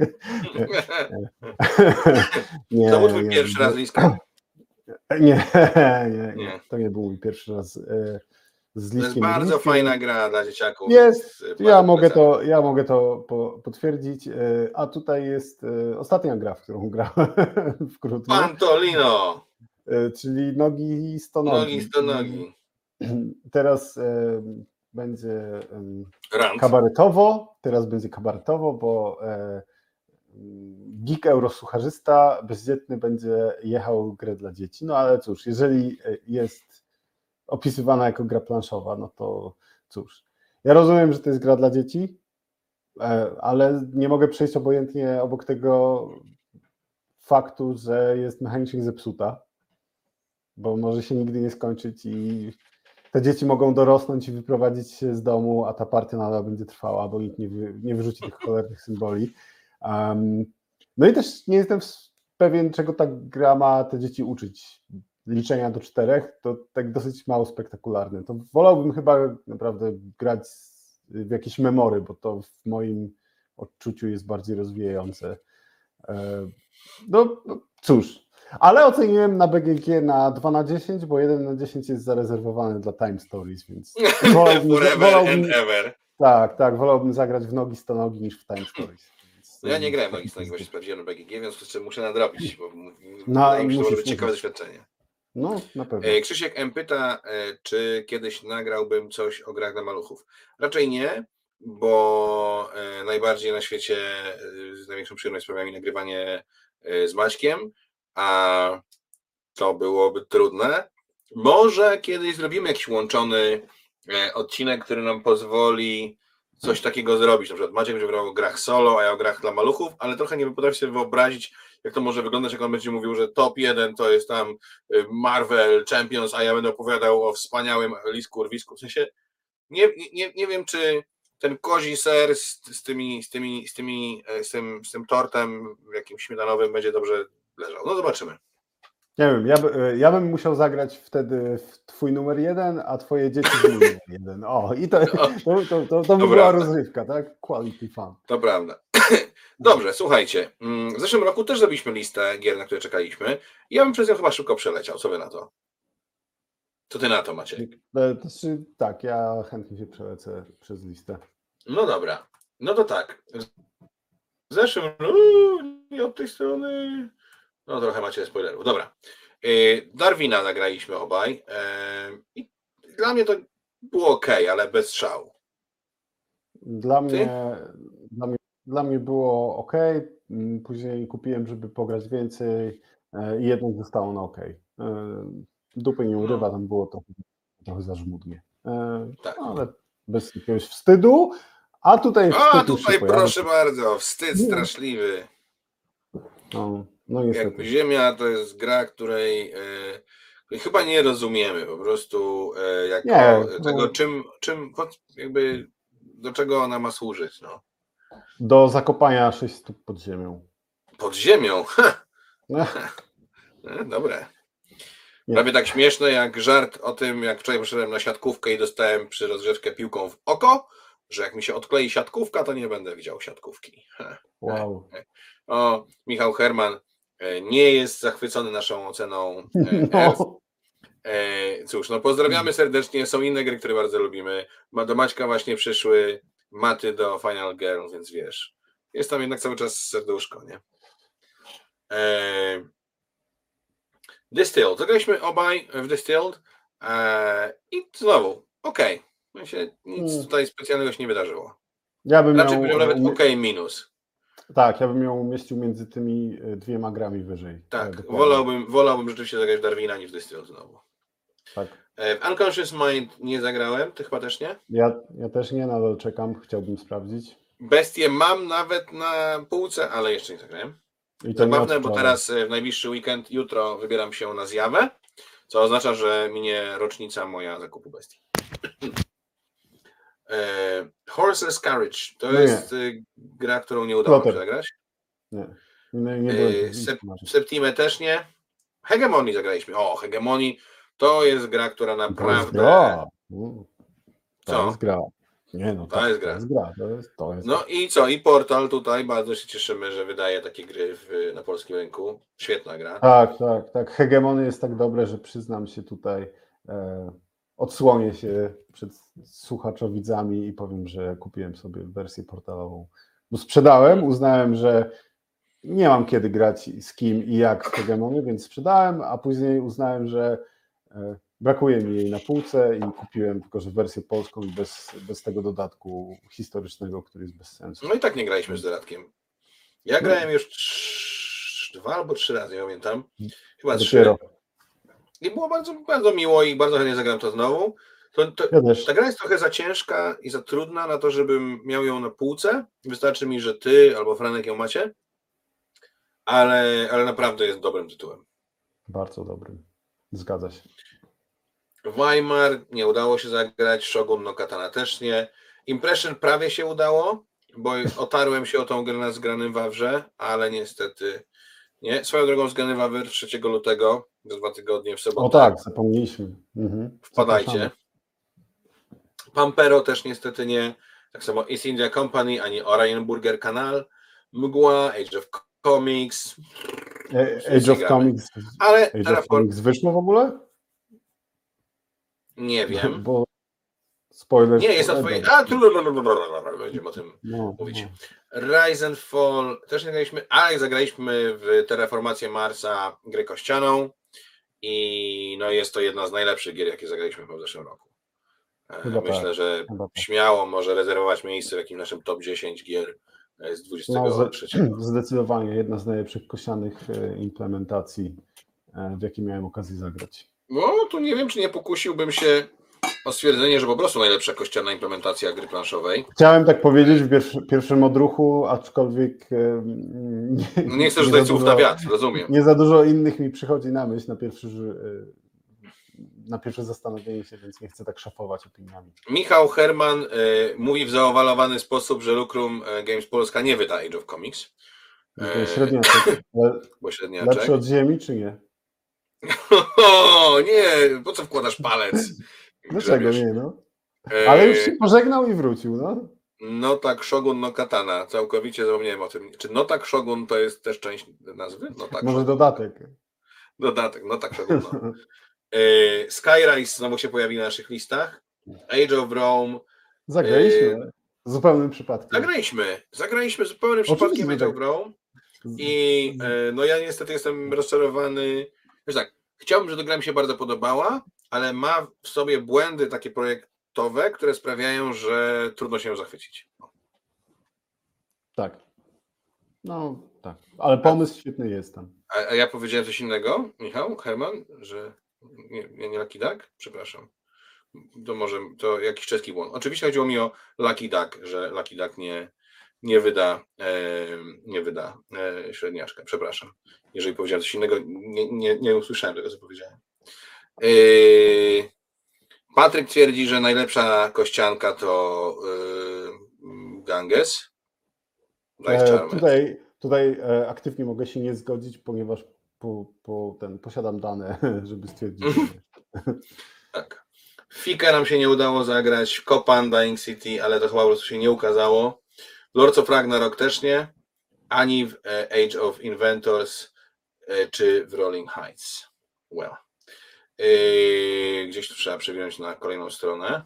nie, To był twój nie, pierwszy nie, raz bliska? Nie, nie, nie, Nie. to nie był mój pierwszy raz e, z To jest Liskiem. bardzo Liskiem. fajna gra dla dzieciaków. Jest, Jest ja bardzo mogę polecam. to, ja mogę to po, potwierdzić, e, a tutaj jest e, ostatnia gra, w którą grałem w grudniu. Pantolino! czyli nogi i stonogi. Nogi, stonogi. Teraz e, będzie e, Rant. kabaretowo, teraz będzie kabaretowo, bo e, geek eurosucharzysta bezdzietny będzie jechał grę dla dzieci. No ale cóż, jeżeli jest opisywana jako gra planszowa, no to cóż. Ja rozumiem, że to jest gra dla dzieci, ale nie mogę przejść obojętnie obok tego faktu, że jest mechanicznie zepsuta, bo może się nigdy nie skończyć i te dzieci mogą dorosnąć i wyprowadzić się z domu, a ta partia nadal będzie trwała, bo nikt nie, wy, nie wyrzuci tych cholernych symboli. Um, no i też nie jestem pewien, czego ta gra ma te dzieci uczyć. Liczenia do czterech to tak dosyć mało spektakularne. To wolałbym chyba naprawdę grać w jakieś memory, bo to w moim odczuciu jest bardziej rozwijające. No, no cóż, ale oceniłem na B G G na dwa na dziesięć, bo jeden na dziesięć jest zarezerwowany dla Time Stories, więc wolałbym, Forever wolałbym, and ever. Tak, tak, wolałbym zagrać w nogi stonogi niż w Time Stories. Więc, no ja nie grałem w nogi stonogi, właśnie sprawdziłem na B G G, więc jeszcze muszę nadrobić, bo no, wydaje mi się, że musisz, może być ciekawe musisz. doświadczenie. No, na pewno. Krzysiek M. pyta, czy kiedyś nagrałbym coś o grach dla maluchów. Raczej nie, bo najbardziej na świecie z największą przyjemność sprawia mi nagrywanie z Maćkiem, a to byłoby trudne. Może kiedyś zrobimy jakiś łączony odcinek, który nam pozwoli coś takiego zrobić. Na przykład Maciek będzie grał o grach solo, a ja o grach dla maluchów, ale trochę nie potrafię sobie wyobrazić, jak to może wyglądać, jak on będzie mówił, że top jeden to jest tam Marvel Champions, a ja będę opowiadał o wspaniałym Lisku Urwisku. W sensie nie, nie, nie wiem, czy ten kozi ser z, z, tymi, z, tymi, z, tymi, z, tym, z tym tortem jakimś śmietanowym będzie dobrze leżał. No zobaczymy. Nie wiem, ja, by, ja bym musiał zagrać wtedy w twój numer jeden, a twoje dzieci w mój numer jeden. O, i to, to, to, to, to by była prawda. Rozrywka, tak? Quality fun. To prawda. Dobrze, słuchajcie. W zeszłym roku też zrobiliśmy listę gier, na które czekaliśmy. Ja bym przez nią chyba szybko przeleciał. Co wy na to? Co ty na to, Maciek? To znaczy, tak, ja chętnie się przelecę przez listę. No dobra. No to tak. W zeszłym roku nie od tej strony. No trochę macie spoilerów. Dobra. Darwina zagraliśmy obaj. I dla mnie to było ok, ale bez szału. Dla mnie, dla mnie, dla mnie było ok. Później kupiłem, żeby pograć więcej i jednak zostało na ok. Dupy nie urywa, tam było to trochę za żmudnie. Tak. Ale bez jakiegoś wstydu. A tutaj wstyd A tutaj proszę bardzo, wstyd straszliwy. No, no niestety. Jak Ziemia to jest gra, której e, chyba nie rozumiemy po prostu e, jako nie, tego, no. czym, czym jakby do czego ona ma służyć. No. Do zakopania sześć stóp pod ziemią. Pod ziemią? No. Dobre. Nie. Prawie tak śmieszne jak żart o tym, jak wczoraj poszedłem na siatkówkę i dostałem przy rozgrzewkę piłką w oko, że jak mi się odklei siatkówka, to nie będę widział siatkówki. Wow. O, Michał Herman nie jest zachwycony naszą oceną. No. Cóż, no pozdrawiamy serdecznie. Są inne gry, które bardzo lubimy. Do Maćka właśnie przyszły maty do Final Girl, więc wiesz, jest tam jednak cały czas serduszko, nie? Distilled. Zagraliśmy obaj w Distilled i znowu, okej. Okay. Się nic tutaj specjalnego się nie wydarzyło. Ja bym Raczej miał, nawet ok minus. Tak, ja bym ją umieścił między tymi dwiema grami wyżej. Tak, wolałbym, wolałbym rzeczywiście zagrać w Darwina niż w Distilled znowu. Tak. W Unconscious Mind nie zagrałem, ty chyba też nie? Ja, ja też nie, nadal czekam, chciałbym sprawdzić. Bestię mam nawet na półce, ale jeszcze nie zagrałem. I to zabawne, bo teraz w najbliższy weekend, jutro wybieram się na zjawę, co oznacza, że minie rocznica moja zakupu Bestii. Horseless Carriage to no jest nie. gra, którą nie udało mi się zagrać. Nie. nie, nie byłem, Sep Septimę też nie. Hegemonii zagraliśmy. O, Hegemonii to jest gra, która naprawdę. To jest gra. To co? jest gra. Nie, no to, tak, jest gra. To jest gra. To jest, to jest no gra. I co? I Portal tutaj bardzo się cieszymy, że wydaje takie gry w, na polskim rynku. Świetna gra. Tak, tak, tak. Hegemony jest tak dobre, że przyznam się tutaj. E... Odsłonię się przed słuchaczowidzami i powiem, że kupiłem sobie wersję portalową. Bo sprzedałem, uznałem, że nie mam kiedy grać z kim i jak w Pokémonie, więc sprzedałem, a później uznałem, że brakuje mi jej na półce i kupiłem tylko, że wersję polską i bez, bez tego dodatku historycznego, który jest bez sensu. No i tak nie graliśmy z dodatkiem. Ja grałem już trz... dwa albo trzy razy, nie pamiętam. Chyba Dopiero. trzy. I było bardzo, bardzo miło i bardzo chętnie zagram to znowu. To, to, Ja też. ta gra jest trochę za ciężka i za trudna na to, żebym miał ją na półce. Wystarczy mi, że ty albo Franek ją macie, ale, ale naprawdę jest dobrym tytułem. Bardzo dobrym. Zgadza się. Weimar nie udało się zagrać, Shogun no Katana też nie. Impression prawie się udało, bo otarłem się o tą grę na Zgranym Wawrze, ale niestety nie. Swoją drogą Zgrany Wawr trzeciego lutego, za dwa tygodnie w sobotę. O tak, zapomnieliśmy. Mhm. Wpadajcie. Zapraszamy. Pampero też niestety nie. Tak samo East India Company, ani Orion Burger Kanal, Mgła, Age of Comics. Age of Comics. Ale Age of Comics wyszło w ogóle? Nie wiem. Bo spoiler. Nie, jest na twojej. A, będziemy o tym no, mówić. No. Rise and Fall też nie graliśmy, ale zagraliśmy w Terraformację Marsa grę kościaną i no jest to jedna z najlepszych gier, jakie zagraliśmy w zeszłym roku. Chyba Myślę, tak. że Chyba tak. śmiało może rezerwować miejsce w jakimś naszym top dziesięć gier z dwudziestego trzeciego. No, zdecydowanie jedna z najlepszych kościanych implementacji, w jakie miałem okazję zagrać. No, tu nie wiem, czy nie pokusiłbym się o stwierdzenie, że po prostu najlepsza kościana implementacja gry planszowej. Chciałem tak powiedzieć w pierwszy, pierwszym odruchu, aczkolwiek nie, no nie chcę rzucać słów na wiatr, rozumiem. Nie za dużo innych mi przychodzi na myśl na pierwszy, na pierwsze zastanowienie się, więc nie chcę tak szafować opiniami. Michał Herman y, mówi w zaowalowany sposób, że Lucrum Games Polska nie wyda Age of Comics. No to jest średniaczek. Bo średniaczek. Lepszy od ziemi, czy nie? O, nie, po co wkładasz palec? Dlaczego nie, no? Ale już się pożegnał i wrócił, no. No tak, Shogun no Katana. Całkowicie zapomniałem o tym. Czy no tak Shogun to jest też część nazwy? No tak, może Shogun. dodatek. Dodatek, no tak Shogun. No. Yy, Skyrise znowu się pojawi na naszych listach. Age of Rome. Zagraliśmy. Yy, zupełnym przypadkiem. Zagraliśmy. Zagraliśmy zupełnym przypadkiem Age of Rome. I yy, no ja niestety jestem rozczarowany. Wiesz tak, chciałbym, żeby gra mi się bardzo podobała, ale ma w sobie błędy takie projektowe, które sprawiają, że trudno się ją zachwycić. Tak. No tak, ale pomysł a, świetny jest tam. A, a ja powiedziałem coś innego, Michał, Herman, że nie, nie, nie Lucky Duck? Przepraszam. To może to jakiś czeski błąd. Oczywiście chodziło mi o Lucky Duck, że Lucky Duck nie, nie wyda, e, nie wyda e, średniaczka. Przepraszam. Jeżeli powiedziałem coś innego, nie, nie, nie usłyszałem tego, co powiedziałem. E, Patryk twierdzi, że najlepsza kościanka to e, Ganges. E, tutaj, tutaj e, aktywnie mogę się nie zgodzić, ponieważ po, po ten, posiadam dane, żeby stwierdzić. Tak. Fika nam się nie udało zagrać, Copan, Dying City, ale to chyba po prostu się nie ukazało. Lords of Ragnarok też nie, ani w Age of Inventors, czy w Rolling Heights. Well. Yy, gdzieś tu trzeba przewinąć na kolejną stronę.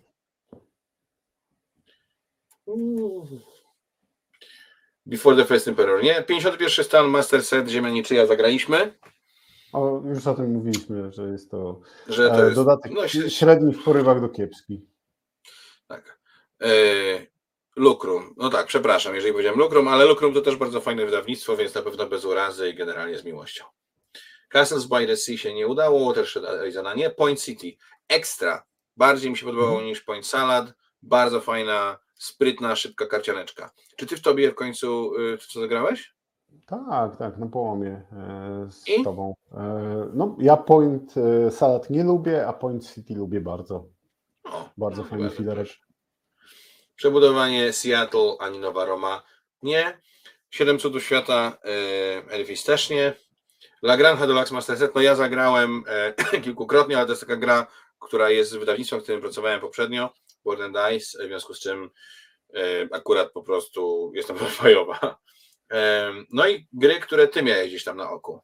Uuu. Before the First Emperor, nie? pięćdziesiąty pierwszy stan, Master Set, Ziemia Niczyja zagraliśmy. O, już o tym mówiliśmy, że jest to, że to jest, dodatek no, średni w porywach do kiepski. Tak. E, Lucrum, no tak, przepraszam, jeżeli powiedziałem Lucrum, ale Lucrum to też bardzo fajne wydawnictwo, więc na pewno bez urazy i generalnie z miłością. Castles by the Sea się nie udało, też Arizona nie. Point City, ekstra. Bardziej mi się podobało mm. niż Point Salad. Bardzo fajna, sprytna, szybka karcianeczka. Czy ty w tobie w końcu y, co zagrałeś? Tak, tak, na połomie e, z I? tobą. E, no, ja Point e, Salad nie lubię, a Point City lubię bardzo. O, bardzo no, fajny filerek. Przebudowanie Seattle ani Nowa Roma nie. Siedem cudów świata e, Elvis też nie. La Granja Deluxe Master Set, no ja zagrałem e, kilkukrotnie, ale to jest taka gra, która jest wydawnictwem, w którym pracowałem poprzednio, Word and Dice, w związku z czym e, akurat po prostu jestem fajowa. E, no i gry, które ty miałeś gdzieś tam na oku.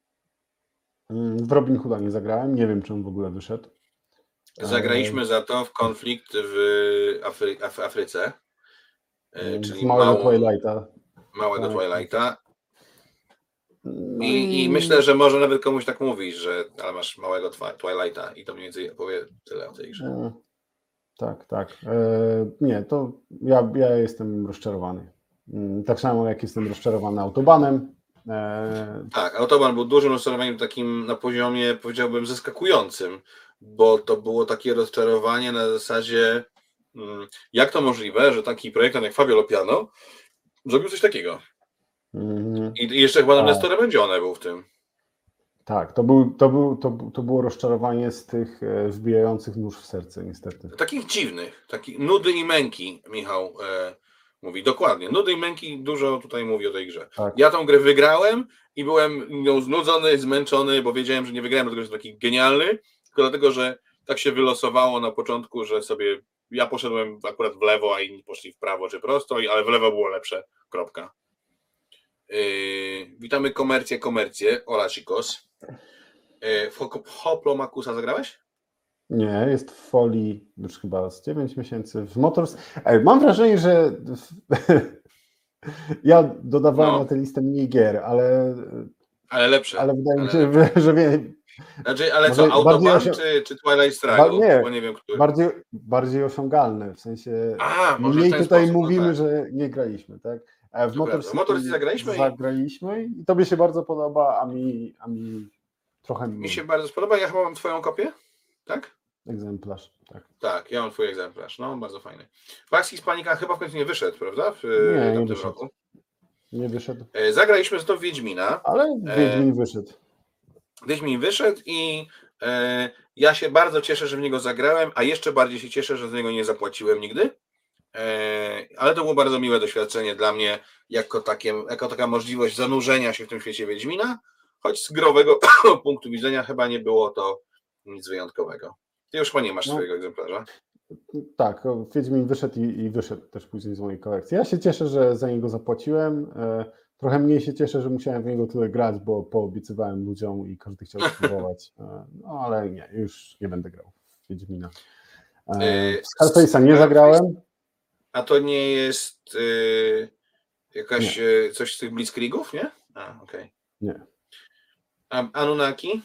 W Robin Hooda nie zagrałem, nie wiem, czy on w ogóle wyszedł. Zagraliśmy za to w konflikt w Afry, Af, Afryce, e, czyli małego małą, Twilighta. Małego tak. Twilighta. No I, I myślę, że może nawet komuś tak mówisz, że ale masz małego twa- Twilighta i to mniej więcej powie tyle o tej grze. e, tak, tak. E, nie, to ja, ja jestem rozczarowany. Mm, Tak samo jak jestem rozczarowany Autobanem. E, Tak, Autobahn był dużym rozczarowaniem takim na poziomie, powiedziałbym, zaskakującym, bo to było takie rozczarowanie na zasadzie, mm, jak to możliwe, że taki projektant jak Fabio Lopiano zrobił coś takiego. mhm. I i jeszcze chyba nam Tak. Nestor Mendzione był w tym. Tak, to, był, to, był, to, bu- to było rozczarowanie z tych e, wbijających nóż w serce, niestety. Takich dziwnych, takich nudy i męki, Michał e, mówi. Dokładnie, nudy i męki dużo tutaj mówi o tej grze. Tak. Ja tą grę wygrałem i byłem nią znudzony, zmęczony, bo wiedziałem, że nie wygrałem, dlatego że jest taki genialny, tylko dlatego, że tak się wylosowało na początku, że sobie ja poszedłem akurat w lewo, a inni poszli w prawo czy prosto, i- ale w lewo było lepsze. Kropka. Yy, witamy komercję, komercję. Ola Chicos. Yy, w Hop- Hoplomakusa zagrałeś? Nie, jest w folii już chyba z dziewięć miesięcy w Motors. Ej, mam wrażenie, że ja dodawałem No. na tę listę mniej gier, ale, Ale lepsze. ale wydaje mi Ale się, że, że wie, Znaczy, ale Może co, bardziej Autobahn osi- czy, czy Twilight Ba- Struggle? nie. Bo nie wiem, który. bardziej, bardziej osiągalne, w sensie A, może w mniej ten tutaj sposób, no mówimy, tak. że nie graliśmy, tak? A w To Motor prawda. City Motor City zagraliśmy i- zagraliśmy i tobie się bardzo podoba, a mi, a mi trochę mniej. Mi się bardzo spodoba, ja chyba mam twoją kopię, tak? Egzemplarz, tak. Tak, ja mam twój egzemplarz, no bardzo fajny. Pax Hispanica chyba w końcu nie wyszedł, prawda? W Nie, nie tamtym wyszedł. roku. Nie wyszedł, E, Zagraliśmy z to w Wiedźmina. ale Wiedźmin wyszedł. Wiedźmin wyszedł i e, ja się bardzo cieszę, że w niego zagrałem, a jeszcze bardziej się cieszę, że z niego nie zapłaciłem nigdy. E, ale to było bardzo miłe doświadczenie dla mnie, jako, takie, jako taka możliwość zanurzenia się w tym świecie Wiedźmina, choć z growego punktu widzenia chyba nie było to nic wyjątkowego. Ty już chyba nie masz No. swojego egzemplarza. Tak, o, Wiedźmin wyszedł i, i wyszedł też później z mojej kolekcji. Ja się cieszę, że za niego zapłaciłem. E, trochę mniej się cieszę, że musiałem w niego tyle grać, bo poobiecywałem ludziom i każdy chciał spróbować. E, no ale nie, już nie będę grał w Wiedźmina. E, E, w Scarface'a nie zagrałem. A to nie jest y, jakaś y, coś z tych Blitzkriegów, nie? A, okej. Nie. A Anunnaki?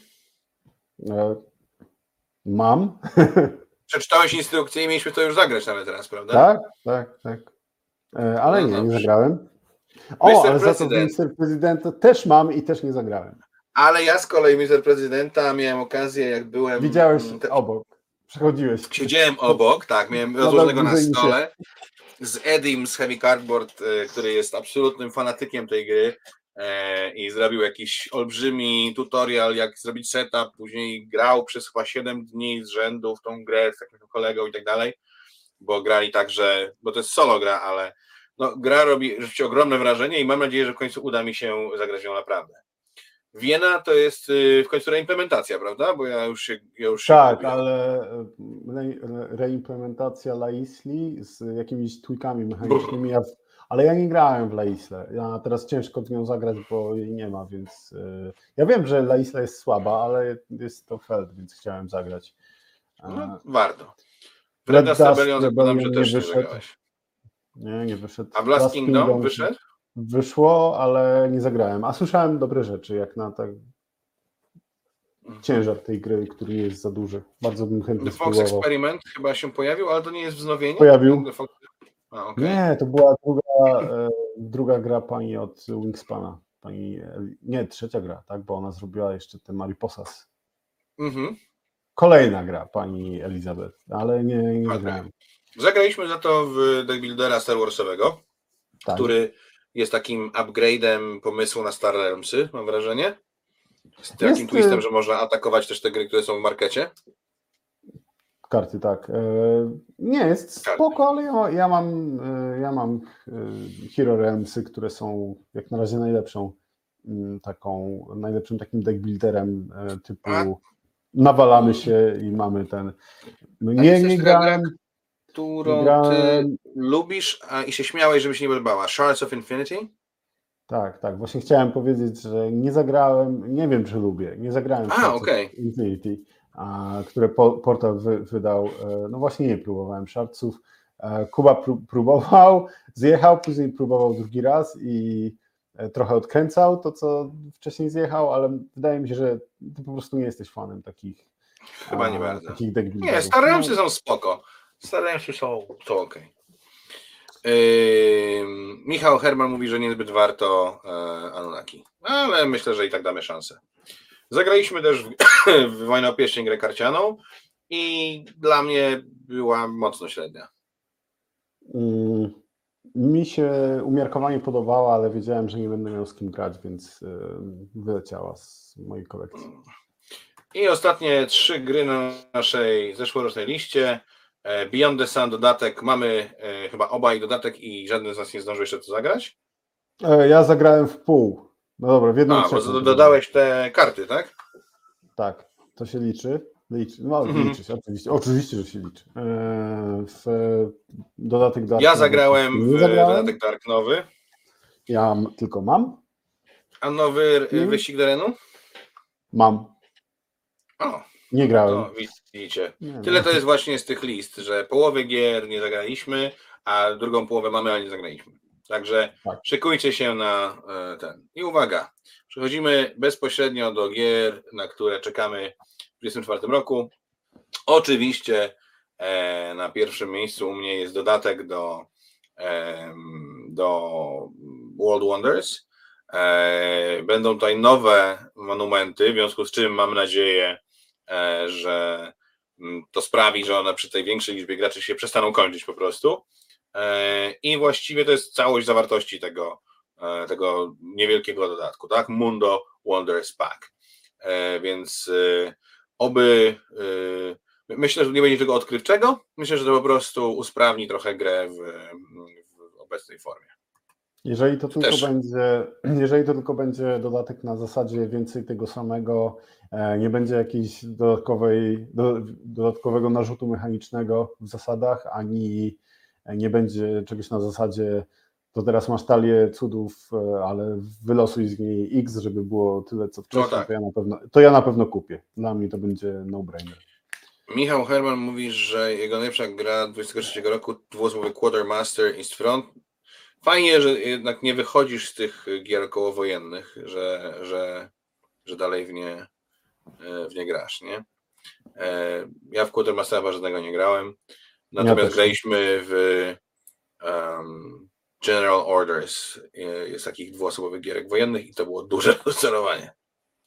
E, mam. Przeczytałeś instrukcję i mieliśmy to już zagrać nawet teraz, prawda? tak, tak, tak. E, ale No nie, nie dobrze. zagrałem. O, mister ale za to President. mister Prezydenta też mam i też nie zagrałem. Ale ja z kolei mister Prezydenta miałem okazję, jak byłem... Widziałeś te- obok, przechodziłeś. Siedziałem obok, tak, miałem Nadal rozłożonego na bliżej niż stole z Edim z Heavy Cardboard, e, który jest absolutnym fanatykiem tej gry e, i zrobił jakiś olbrzymi tutorial, jak zrobić setup, później grał przez chyba siedem dni z rzędu w tą grę z takim kolegą i tak dalej, bo grali tak, że, bo to jest solo gra, ale no, gra robi rzeczywiście ogromne wrażenie i mam nadzieję, że w końcu uda mi się zagrać ją naprawdę. Wiena to jest y, w końcu reimplementacja, prawda? Bo ja już się, ja już się Tak, gubiłem. ale re- reimplementacja Laisli z jakimiś tujkami mechanicznymi, ja w, ale ja nie grałem w Laisle. Ja teraz ciężko w nią zagrać, bo jej nie ma, więc y, ja wiem, że Laisla jest słaba, ale jest to Feld, więc chciałem zagrać. No, warto. W Red Red Dust Rebellion zakładam, że Rebellion też nie nie wyszedł. zagrałeś. Nie, nie wyszedł. A Blast Blast Kingdom Kingdom wyszedł? Wyszło, ale nie zagrałem. A słyszałem dobre rzeczy, jak na tak ciężar tej gry, który jest za duży. Bardzo bym chętnie The Fox spróbował. Experiment chyba się pojawił, ale to nie jest wznowienie? Pojawił. The Fox... A, okej. Nie, to była druga, e, druga gra pani od Wingspana. Pani, Eli- nie, trzecia gra, tak, bo ona zrobiła jeszcze te Mariposas. Mhm. Kolejna gra pani Elizabeth, ale nie, nie Okej. zagrałem. Zagraliśmy za to w Deck Buildera Star Warsowego, Tak. który jest takim upgrade'em pomysłu na Star Realmsy, mam wrażenie. Z takim Jest, twistem, y- że można atakować też te gry, które są w markecie. Karty, tak. E, Nie, jest Karty. spoko, ale ja, ja mam, e, ja mam e, Hero Realmsy, które są jak na razie najlepszą mm, taką, najlepszym takim deck builderem e, typu A- nawalamy się i mamy ten. No A nie, jest nie też taka gra, grałem. którą ty grałem- lubisz a i się śmiałeś, żeby się nie podobała. Shards of Infinity? Tak, tak. Właśnie chciałem powiedzieć, że nie zagrałem, nie wiem czy lubię, nie zagrałem w A, Shards of okej. Infinity, a, które po, portal wy, wydał. e, No właśnie nie próbowałem Shardsów. E, Kuba pró- próbował, zjechał, później próbował drugi raz i trochę odkręcał to, co wcześniej zjechał, ale wydaje mi się, że ty po prostu nie jesteś fanem takich Chyba nie a, bardzo. takich deck Nie, builderów. Star No, Realmsy są spoko. Star Realmsy są to ok. Yy, Michał Herman mówi, że niezbyt warto e, Anunnaki, ale myślę, że i tak damy szansę. Zagraliśmy też w, w Wojnę o Pierścień grę karcianą i dla mnie była mocno średnia. mm, mi się umiarkowanie podobała, ale wiedziałem, że nie będę miał z kim grać, więc y, wyleciała z mojej kolekcji. I ostatnie trzy gry na naszej zeszłorocznej liście. Beyond the Sun dodatek. Mamy e, chyba obaj dodatek i żaden z nas nie zdążył jeszcze to zagrać. E, Ja zagrałem w pół. No dobra, w jedną A, bo trzecią. dodałeś te karty, tak? Tak, to się liczy. liczy. No, Mhm. liczy się, oczywiście. Oczywiście, że się liczy. E, w dodatek do Ja Arkanowy zagrałem nie w zagrałem. dodatek do Ark nowy. Ja m- tylko mam. A nowy Nie. wyścig terenu? Mam. O, Nie grałem. to widzicie. Nie, Tyle no. to jest właśnie z tych list, że połowę gier nie zagraliśmy, a drugą połowę mamy, ale nie zagraliśmy. Także Tak. szykujcie się na e, ten. I uwaga, przechodzimy bezpośrednio do gier, na które czekamy w dwudziestym czwartym roku. Oczywiście e, na pierwszym miejscu u mnie jest dodatek do, e, do World Wonders. E, będą tutaj nowe monumenty, w związku z czym mam nadzieję, e, że to sprawi, że one przy tej większej liczbie graczy się przestaną kończyć po prostu. E, I właściwie to jest całość zawartości tego, e, tego niewielkiego dodatku, tak? Mundo Wonders Pack. E, więc e, oby e, myślę, że nie będzie tego odkrywczego. Myślę, że to po prostu usprawni trochę grę w, w obecnej formie. Jeżeli to, tylko Też. będzie, jeżeli to tylko będzie dodatek na zasadzie więcej tego samego, e, nie będzie jakiejś dodatkowej, do, dodatkowego narzutu mechanicznego w zasadach, ani nie będzie czegoś na zasadzie, to teraz masz talię cudów, e, ale wylosuj z niej X, żeby było tyle co wcześniej, No tak. to, ja na pewno, to ja na pewno kupię. Dla mnie to będzie no-brainer. Michał Herman mówi, że jego najlepsza gra dwudziestego trzeciego roku, dwuosobowy Quartermaster East Front. Fajnie, że jednak nie wychodzisz z tych gier kołowojennych, że, że, że dalej w nie, w nie grasz, nie? Ja w Quartermastera żadnego nie grałem, natomiast Ja graliśmy w um, General Orders, jest takich dwuosobowych gierek wojennych i to było duże rozczarowanie.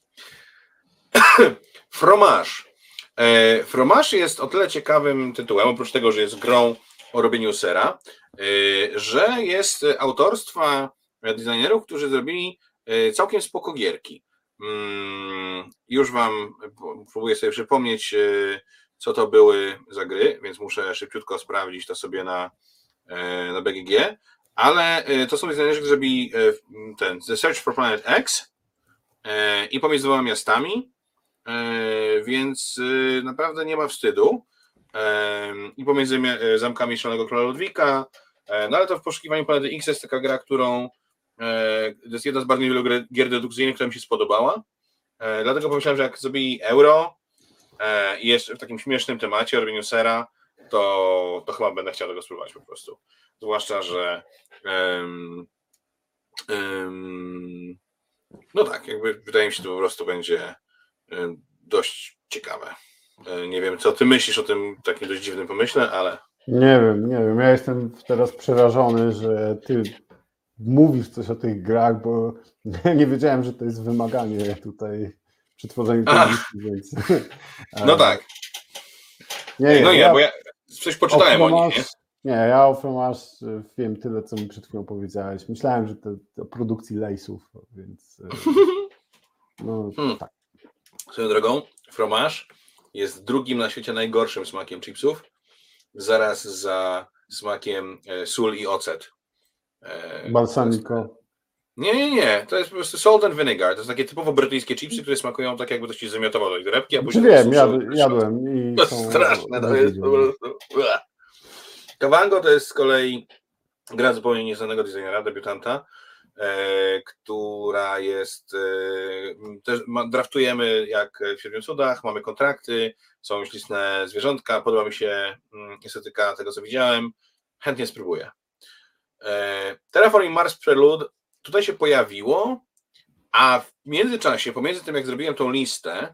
Fromage. Fromage jest o tyle ciekawym tytułem, oprócz tego, że jest grą o robieniu sera, że jest autorstwa designerów, którzy zrobili całkiem spoko gierki. Już wam próbuję sobie przypomnieć, co to były za gry, więc muszę szybciutko sprawdzić to sobie na, na B G G, ale to są designerzy, którzy zrobili ten The Search for Planet X i Pomiędzy dwoma miastami, więc naprawdę nie ma wstydu. I Pomiędzy zamkami Szalonego Króla Ludwika, no ale to w poszukiwaniu Planety X jest taka gra, którą to jest jedna z bardzo wielu gier dedukcyjnych, która mi się spodobała. Dlatego pomyślałem, że jak zrobili euro i jeszcze w takim śmiesznym temacie o robieniu sera, to, to chyba będę chciał tego spróbować po prostu. Zwłaszcza, że um, um, no tak, jakby wydaje mi się, że to po prostu będzie um, dość ciekawe. Nie wiem, co ty myślisz o tym takim dość dziwnym pomyśle, ale... Nie wiem, nie wiem. Ja jestem teraz przerażony, że ty mówisz coś o tych grach, bo nie wiedziałem, że to jest wymaganie tutaj przy tworzeniu tej listy, więc... No tak. Nie, nie, no nie, ja bo ja coś poczytałem o nich, nie? Nie, ja o Fromage wiem tyle, co mi przed chwilą powiedziałeś. Myślałem, że to, to produkcji lejsów, więc... No hmm. tak. Swoją drogą, Fromage jest drugim na świecie najgorszym smakiem chipsów, zaraz za smakiem sól i ocet. Balsamico. Nie, nie, nie. To jest po prostu salt and vinegar. To są takie typowo brytyjskie chipsy, które smakują tak, jakby to się zamiotowało do tej torebki, a później... Czy wiem, jad, jadłem i to są straszne. To jest po prostu... Kawango to jest z kolei gra zupełnie nieznanego designera, debiutanta, e, która jest... E, też ma, draftujemy jak w Siedmiu Cudach, mamy kontrakty, są śliczne zwierzątka, podoba mi się estetyka tego, co widziałem. Chętnie spróbuję. E, Terraforming Mars Prelude tutaj się pojawiło, a w międzyczasie, pomiędzy tym jak zrobiłem tą listę,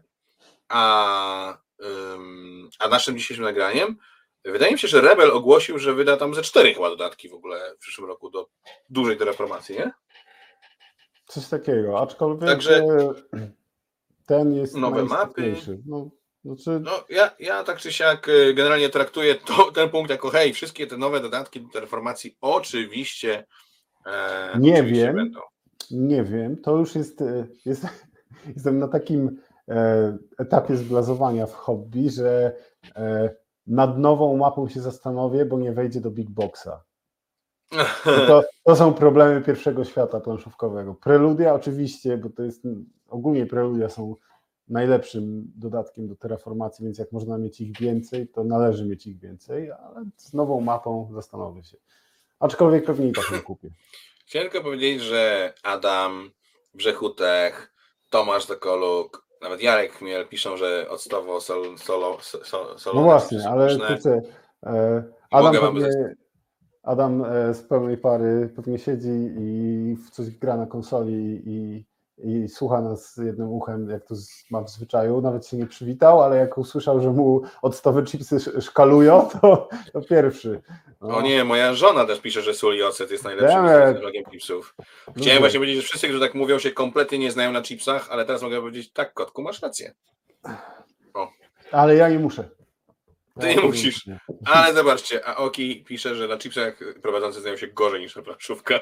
a, ym, a naszym dzisiejszym nagraniem, wydaje mi się, że Rebel ogłosił, że wyda tam ze cztery chyba dodatki w ogóle w przyszłym roku do dużej terraformacji, nie? Coś takiego, aczkolwiek Także ten jest nowe najistotniejszy. No, znaczy... no ja, ja tak czy siak generalnie traktuję to, ten punkt jako hej, wszystkie te nowe dodatki do terraformacji oczywiście, e, nie oczywiście wiem, będą. Nie wiem, to już jest, jest jestem na takim e, etapie zblazowania w hobby, że e, nad nową mapą się zastanowię, bo nie wejdzie do Big Boxa. To, to są problemy pierwszego świata planszówkowego. Preludia oczywiście, bo to jest ogólnie preludia są najlepszym dodatkiem do terraformacji, więc jak można mieć ich więcej, to należy mieć ich więcej, ale z nową mapą zastanowię się. Aczkolwiek pewnie i tak nie kupię. Chciałem tylko powiedzieć, że Adam, Brzechutech, Tomasz Dokoluk, nawet Jarek Chmiel piszą, że octowo solo, solo, solo, solo no właśnie, ale kurczę, Adam, pewnie, Adam z pełnej pary pewnie siedzi i w coś gra na konsoli i, i słucha nas jednym uchem, jak to ma w zwyczaju. Nawet się nie przywitał, ale jak usłyszał, że mu octowe chipsy szkalują, to, to pierwszy. No. O nie, moja żona też pisze, że sól i ocet jest najlepszym technologiem chipsów. Chciałem właśnie powiedzieć, że wszyscy, którzy tak mówią, się kompletnie nie znają na chipsach, ale teraz mogę powiedzieć, tak, kotku, masz rację. O. Ale ja nie muszę. Ty ja nie musisz. Nie. Ale zobaczcie, Aoki pisze, że na chipsach prowadzący znają się gorzej niż na planszówkach.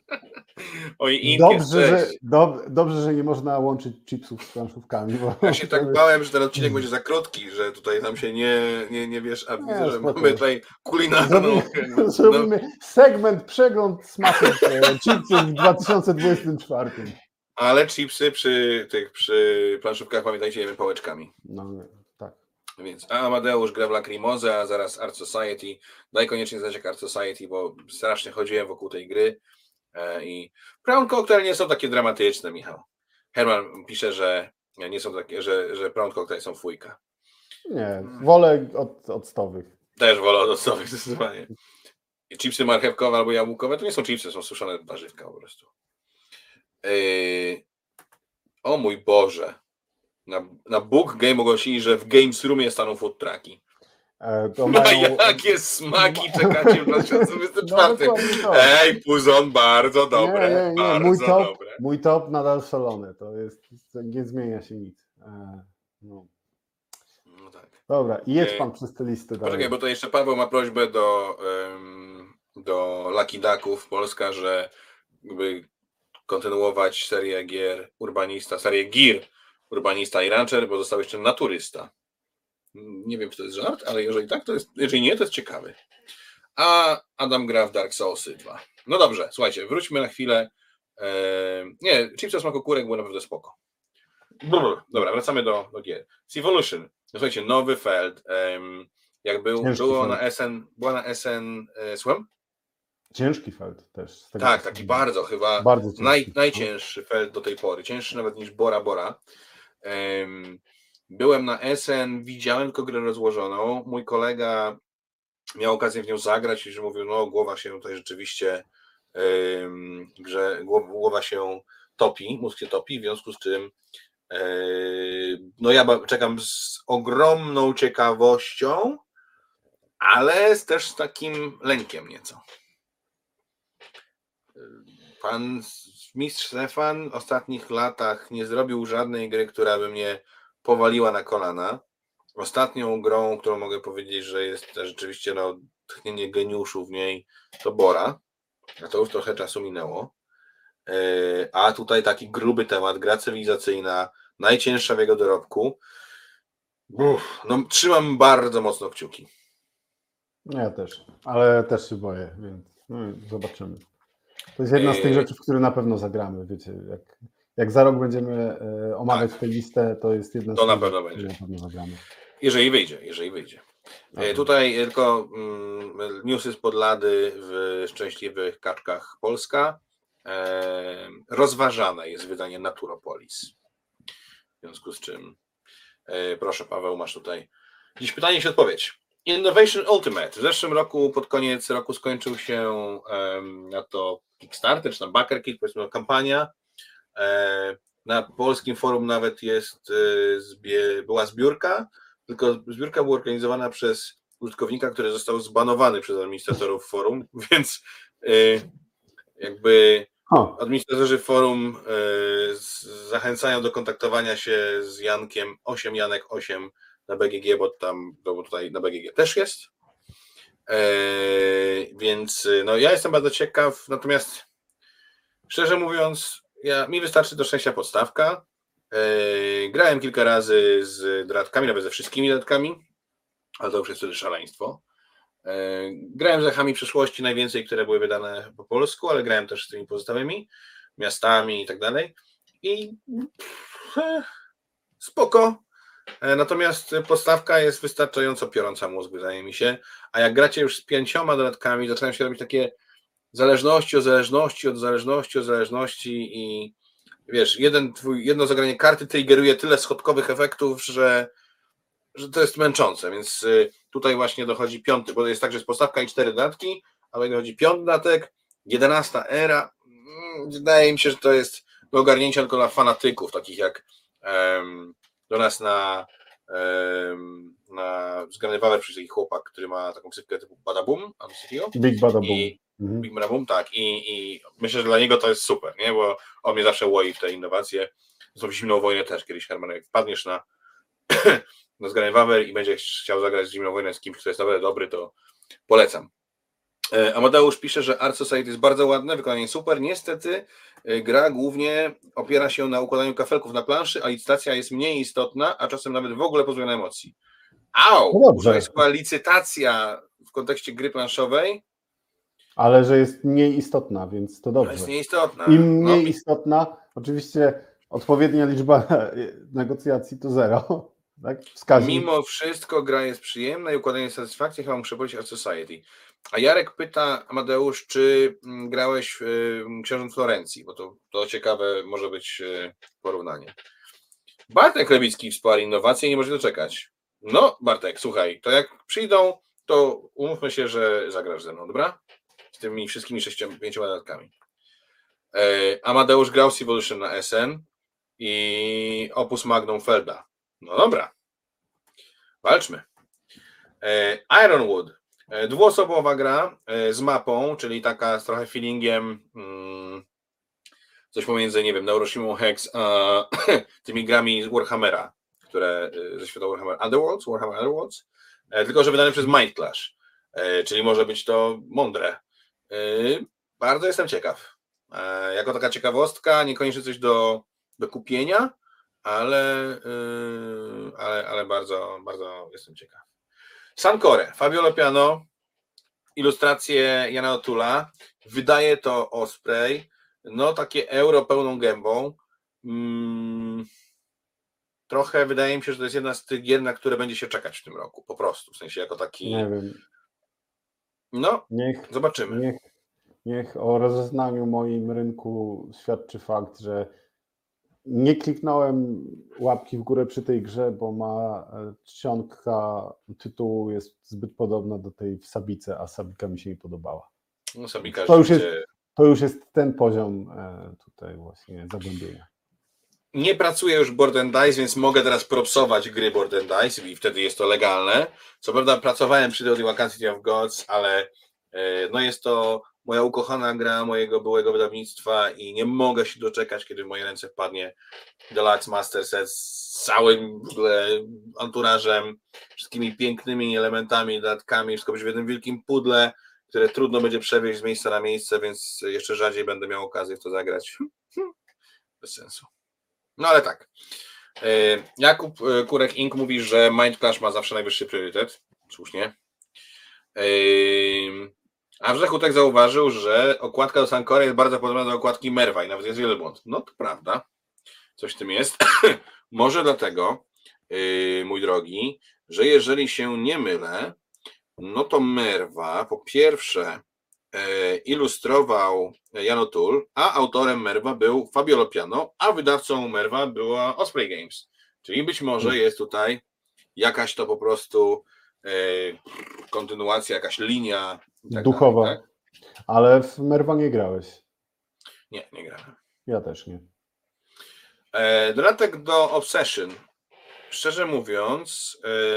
Oj, dobrze, że, dob, dobrze, że nie można łączyć chipsów z planszówkami. Bo ja się tak bałem, że ten odcinek będzie za krótki, że tutaj nam się nie, nie, nie wiesz, a widzę, nie, że spoko. Mamy tutaj kulinarną... Zrobimy, zrobimy no. segment, przegląd smaków chipsów w dwa tysiące dwudziestym czwartym. Ale chipsy przy tych przy planszówkach, pamiętajcie, jemy pałeczkami. No tak. Więc a Amadeusz gra w Lacrimose, a zaraz Art Society. Daj koniecznie znać jak Art Society, bo strasznie chodziłem wokół tej gry e, i Brown Cocktail nie są takie dramatyczne, Michał. Herman pisze, że nie są takie, że, że Brown Cocktail są fujka. Nie, wolę od octowych. Też wolę od octowych, zdecydowanie. I chipsy marchewkowe albo jabłkowe to nie są chipsy, są suszone warzywka po prostu. Yy... O mój Boże. Na, na Book Game ogłosili, że w Games Roomie staną food trucki. E, to mają... Na jakie smaki czekacie w dwa tysiące dwudziestym czwartym? No, Ej, Puzon, bardzo dobre. Nie, nie, nie. Bardzo mój, top, dobre. mój top nadal solony. To jest, nie zmienia się nic. E, no. No tak. Dobra, i jedź pan przez te listy dalej. Poczekaj, bo to jeszcze Paweł ma prośbę do, um, do Lucky Ducków Polska, że by kontynuować serię gier Urbanista, serię gier Urbanista i Rancher, bo został jeszcze Naturysta. Nie wiem, czy to jest żart, ale jeżeli tak, to jest, jeżeli nie, to jest ciekawy. A Adam gra w Dark Soulsy dwa. No dobrze, słuchajcie, wróćmy na chwilę. Eee, nie, Chips o smaku kurek było naprawdę spoko. Dobra, wracamy do, do gier. Evolution. Słuchajcie, nowy Feld. Um, jak był, było na S N, była na S N, e, słucham? Ciężki Feld też. Tak, taki bardzo chyba bardzo naj, najcięższy Feld do tej pory. Cięższy nawet niż Bora Bora. Um, byłem na S N, widziałem tylko grę rozłożoną. Mój kolega miał okazję w nią zagrać i że mówił, no głowa się tutaj rzeczywiście um, grze, głowa się topi, mózg się topi, w związku z czym um, no ja czekam z ogromną ciekawością, ale też z takim lękiem nieco. Pan mistrz Stefan w ostatnich latach nie zrobił żadnej gry, która by mnie powaliła na kolana. Ostatnią grą, którą mogę powiedzieć, że jest rzeczywiście no, tchnienie geniuszu w niej, to Bora. A to już trochę czasu minęło. A tutaj taki gruby temat, gra cywilizacyjna, najcięższa w jego dorobku. Uff, no, trzymam bardzo mocno kciuki. Ja też, ale też się boję, więc no, zobaczymy. To jest jedna z tych rzeczy, w które na pewno zagramy, wiecie, jak, jak za rok będziemy e, omawiać tak. tę listę, to jest jedna z to tych na pewno rzeczy, będzie. Na pewno zagramy. Jeżeli wyjdzie, jeżeli wyjdzie. E, tutaj tylko mm, newsy z podlady w Szczęśliwych Kaczkach Polska. E, rozważane jest wydanie Naturopolis. W związku z czym e, proszę Paweł, masz tutaj jakieś pytanie i odpowiedź. Innovation Ultimate. W zeszłym roku, pod koniec roku skończył się um, na to Kickstarter, czy na Backer Kit, powiedzmy kampania. E, na polskim forum nawet jest, e, zbie, była zbiórka, tylko zbiórka była organizowana przez użytkownika, który został zbanowany przez administratorów forum, więc e, jakby administratorzy forum e, z, zachęcają do kontaktowania się z Jankiem osiem, Janek osiem na B G G, bo tam bo tutaj na B G G też jest. Eee, więc no ja jestem bardzo ciekaw, natomiast szczerze mówiąc, ja, mi wystarczy do szczęścia podstawka. Eee, grałem kilka razy z dodatkami, nawet ze wszystkimi dodatkami, ale to już jest wtedy szaleństwo. Eee, grałem z echami przeszłości najwięcej, które były wydane po polsku, ale grałem też z tymi pozostałymi miastami i tak dalej. I pff, spoko. Natomiast podstawka jest wystarczająco piorąca mózg, wydaje mi się, a jak gracie już z pięcioma dodatkami, zaczynają się robić takie zależności od zależności, od zależności, od zależności i wiesz, jeden twój, jedno zagranie karty triggeruje tyle schodkowych efektów, że, że to jest męczące, więc tutaj właśnie dochodzi piąty, bo jest tak, że jest podstawka i cztery dodatki, a dochodzi piąty dodatek, jedenasta era, wydaje mi się, że to jest do ogarnięcia tylko dla fanatyków, takich jak um, do nas na, na zgrany wawer przyjdzie taki chłopak, który ma taką ksywkę typu Badabum, a Big Badabum. I mhm. Big Badabum, tak. I, I myślę, że dla niego to jest super, nie? Bo on mnie zawsze łoi w te innowacje. Zresztą Zimną Wojnę też kiedyś, Herman, jak wpadniesz na, na zgrany wawer i będziesz chciał zagrać Zimną Wojnę z kimś, kto jest naprawdę dobry, to polecam. Amadeusz pisze, że Art Society jest bardzo ładne, wykonanie super. Niestety gra głównie opiera się na układaniu kafelków na planszy, a licytacja jest mniej istotna, a czasem nawet w ogóle pozbawiona emocji. Au! No dobrze. To jest chyba licytacja w kontekście gry planszowej. Ale że jest mniej istotna, więc to dobrze. Jest nieistotna. Im mniej no, istotna, oczywiście odpowiednia liczba negocjacji to zero. Tak? Wskaźnik. Mimo wszystko gra jest przyjemna i układanie satysfakcji, chyba muszę powiedzieć o Society. A Jarek pyta, Amadeusz, czy grałeś w Książę Florencji, bo to, to ciekawe może być porównanie. Bartek Lewicki wsparł innowacje i nie może doczekać. No Bartek, słuchaj, to jak przyjdą, to umówmy się, że zagrasz ze mną, dobra? Z tymi wszystkimi sześcioma, pięcioma dodatkami. Amadeusz grał z Evolution na S N i Opus Magnum Felda. No dobra, walczmy. Ironwood. Dwuosobowa gra z mapą, czyli taka z trochę feelingiem hmm, coś pomiędzy, nie wiem, Neuroshima Hex a tymi grami z Warhammera, które ze świata Warhammer Underworlds, Warhammer Underworlds, tylko że wydane przez Mind Clash, czyli może być to mądre. Bardzo jestem ciekaw. Jako taka ciekawostka, niekoniecznie coś do, do kupienia, ale, ale, ale bardzo, bardzo jestem ciekaw. Sancore, Fabio Lopiano, ilustracje Jana Otula, wydaje to Osprey, no takie euro pełną gębą. Hmm, trochę wydaje mi się, że to jest jedna z tych gier, na które będzie się czekać w tym roku, po prostu, w sensie jako taki... Nie wiem. No, niech, zobaczymy. Niech, niech o rozeznaniu moim rynku świadczy fakt, że nie kliknąłem łapki w górę przy tej grze, bo ma czcionka tytułu jest zbyt podobna do tej w Sabice, a Sabika mi się nie podobała. No, Sabika to, już jest, to już jest ten poziom tutaj właśnie zagłębienia. Nie pracuję już Board and Dice, więc mogę teraz propsować gry Board and Dice i wtedy jest to legalne. Co prawda pracowałem przy The Wakacji City of Gods, ale no jest to moja ukochana gra mojego byłego wydawnictwa i nie mogę się doczekać, kiedy w moje ręce wpadnie Deluxe Master Set z całym w ogóle anturażem, wszystkimi pięknymi elementami, dodatkami, wszystko będzie w jednym wielkim pudle, które trudno będzie przewieźć z miejsca na miejsce, więc jeszcze rzadziej będę miał okazję w to zagrać. Bez sensu. No ale tak. Jakub Kurek Inc mówi, że Mind Clash ma zawsze najwyższy priorytet. Słusznie. A Wrzechutek zauważył, że okładka do Sancore jest bardzo podobna do okładki Merwa i nawet jest wielbłąd. No to prawda. Coś w tym jest. Może dlatego, mój drogi, że jeżeli się nie mylę, no to Merwa po pierwsze ilustrował Jan O'Toole, a autorem Merwa był Fabio Lopiano, a wydawcą Merwa była Osprey Games. Czyli być może jest tutaj jakaś to po prostu kontynuacja, jakaś linia i tak duchowa. dalej, tak? Ale w Merwa nie grałeś. Nie, nie grałem. Ja też nie. Dodatek do Obsession. Szczerze mówiąc,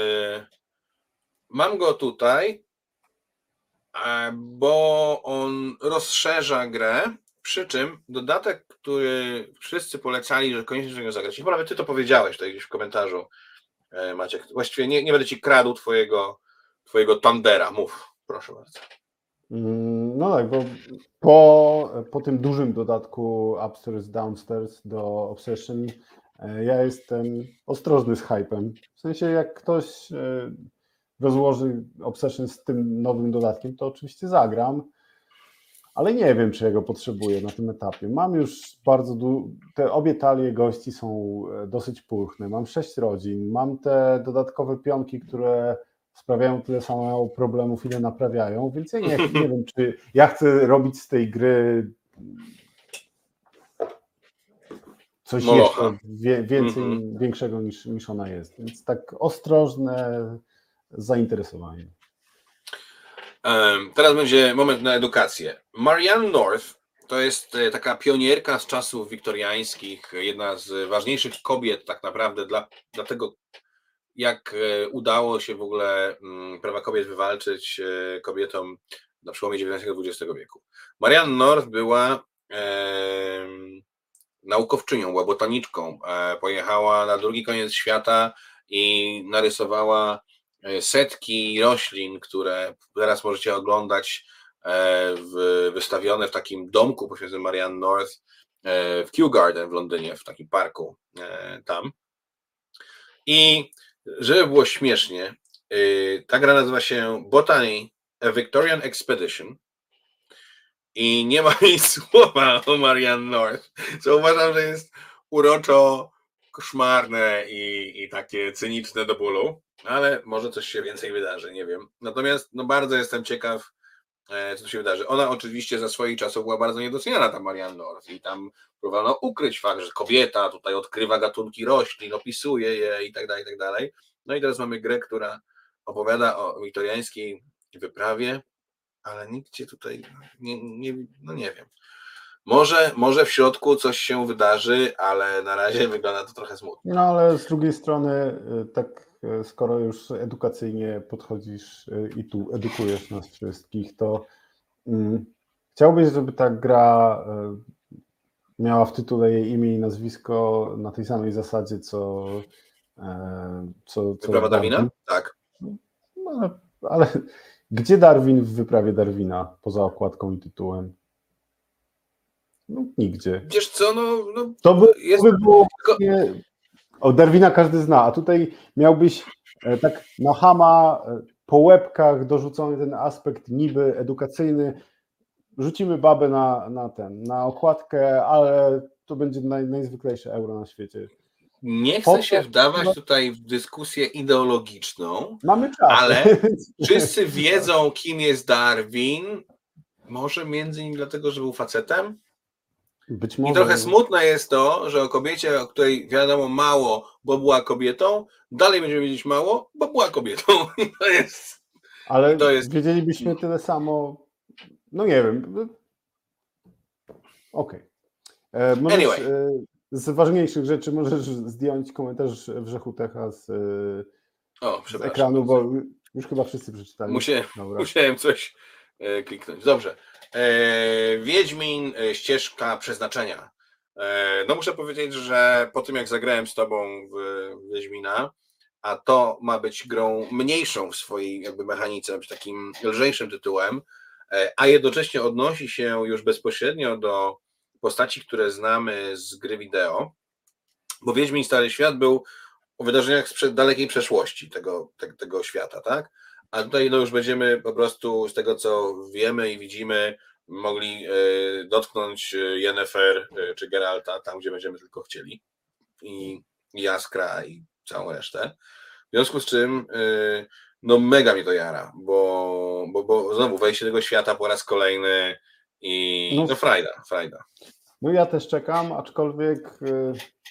mam go tutaj, bo on rozszerza grę, przy czym dodatek, który wszyscy polecali, że koniecznie go zagrać. Chyba nawet ty to powiedziałeś tutaj gdzieś w komentarzu, Maciek. Właściwie nie, nie będę ci kradł twojego, twojego Thundera. Mów, proszę bardzo. No tak, bo po, po tym dużym dodatku Upstairs, Downstairs do Obsession ja jestem ostrożny z hypem. W sensie jak ktoś rozłoży Obsession z tym nowym dodatkiem, to oczywiście zagram, ale nie wiem, czy ja go potrzebuję na tym etapie. Mam już bardzo du- te obie talie gości są dosyć pulchne. Mam sześć rodzin, mam te dodatkowe pionki, które sprawiają tyle samo problemów, ile naprawiają, więc ja nie, nie wiem, czy ja chcę robić z tej gry coś Molocha. jeszcze wie, więcej, Mhm. większego niż, niż ona jest. Więc tak ostrożne zainteresowanie. Teraz będzie moment na edukację. Marianne North to jest taka pionierka z czasów wiktoriańskich, jedna z ważniejszych kobiet tak naprawdę dla, dla tego, jak udało się w ogóle prawa kobiet wywalczyć kobietom na przełomie dziewiętnastego i dwudziestego wieku. Marianne North była e, naukowczynią, była botaniczką. E, pojechała na drugi koniec świata i narysowała setki roślin, które teraz możecie oglądać w, wystawione w takim domku poświęconym Marianne North w Kew Garden w Londynie, w takim parku tam. I żeby było śmiesznie, ta gra nazywa się Botany A Victorian Expedition i nie ma jej słowa o Marianne North, co uważam, że jest uroczo koszmarne i, i takie cyniczne do bólu, ale może coś się więcej wydarzy, nie wiem. Natomiast no bardzo jestem ciekaw, co tu się wydarzy. Ona oczywiście za swoich czasów była bardzo niedoceniana, ta Marianne North, i tam próbowano ukryć fakt, że kobieta tutaj odkrywa gatunki roślin, opisuje je i tak dalej, i tak dalej. No i teraz mamy grę, która opowiada o wiktoriańskiej wyprawie, ale nigdzie tutaj nie, nie, no nie wiem. Może, może w środku coś się wydarzy, ale na razie wygląda to trochę smutnie. No ale z drugiej strony, tak skoro już edukacyjnie podchodzisz i tu edukujesz nas wszystkich, to mm, chciałbyś, żeby ta gra miała w tytule jej imię i nazwisko na tej samej zasadzie, co co, co Wyprawa Darwin? Darwina? Tak. No, ale gdzie Darwin w wyprawie Darwina, poza okładką i tytułem? No, nigdzie. Wiesz co, no... no to by, jest... to by było... O, Darwina każdy zna, a tutaj miałbyś tak na chama po łebkach dorzucony ten aspekt niby edukacyjny. Rzucimy babę na, na ten, na okładkę, ale to będzie naj, najzwyklejsze euro na świecie. Nie chcę się wdawać tutaj w dyskusję ideologiczną. Mamy czas. Ale wszyscy wiedzą, kim jest Darwin. Może między innymi dlatego, że był facetem. Być może. I trochę smutne jest to, że o kobiecie, o której wiadomo mało, bo była kobietą, dalej będziemy wiedzieć mało, bo była kobietą. I to jest. Ale to jest... wiedzielibyśmy tyle samo. No nie wiem. Okej. Okay. Możesz anyway. Z ważniejszych rzeczy możesz zdjąć komentarz Wrzechu Techa z, o, z ekranu, bo już chyba wszyscy przeczytali. Musiałem, musiałem coś e, kliknąć. Dobrze. E, Wiedźmin, e, ścieżka przeznaczenia. E, no muszę powiedzieć, że po tym jak zagrałem z tobą w Wiedźmina, a to ma być grą mniejszą w swojej jakby mechanice, być takim lżejszym tytułem, e, a jednocześnie odnosi się już bezpośrednio do postaci, które znamy z gry wideo, bo Wiedźmin Stary Świat był o wydarzeniach sprzed dalekiej przeszłości tego, te, tego świata, tak? A tutaj no już będziemy po prostu z tego, co wiemy i widzimy, mogli y, dotknąć Yennefer y, czy Geralta tam, gdzie będziemy tylko chcieli, i Jaskra i całą resztę. W związku z czym y, no mega mnie to jara, bo, bo, bo znowu wejście tego świata po raz kolejny i no, no frajda, frajda. No ja też czekam, aczkolwiek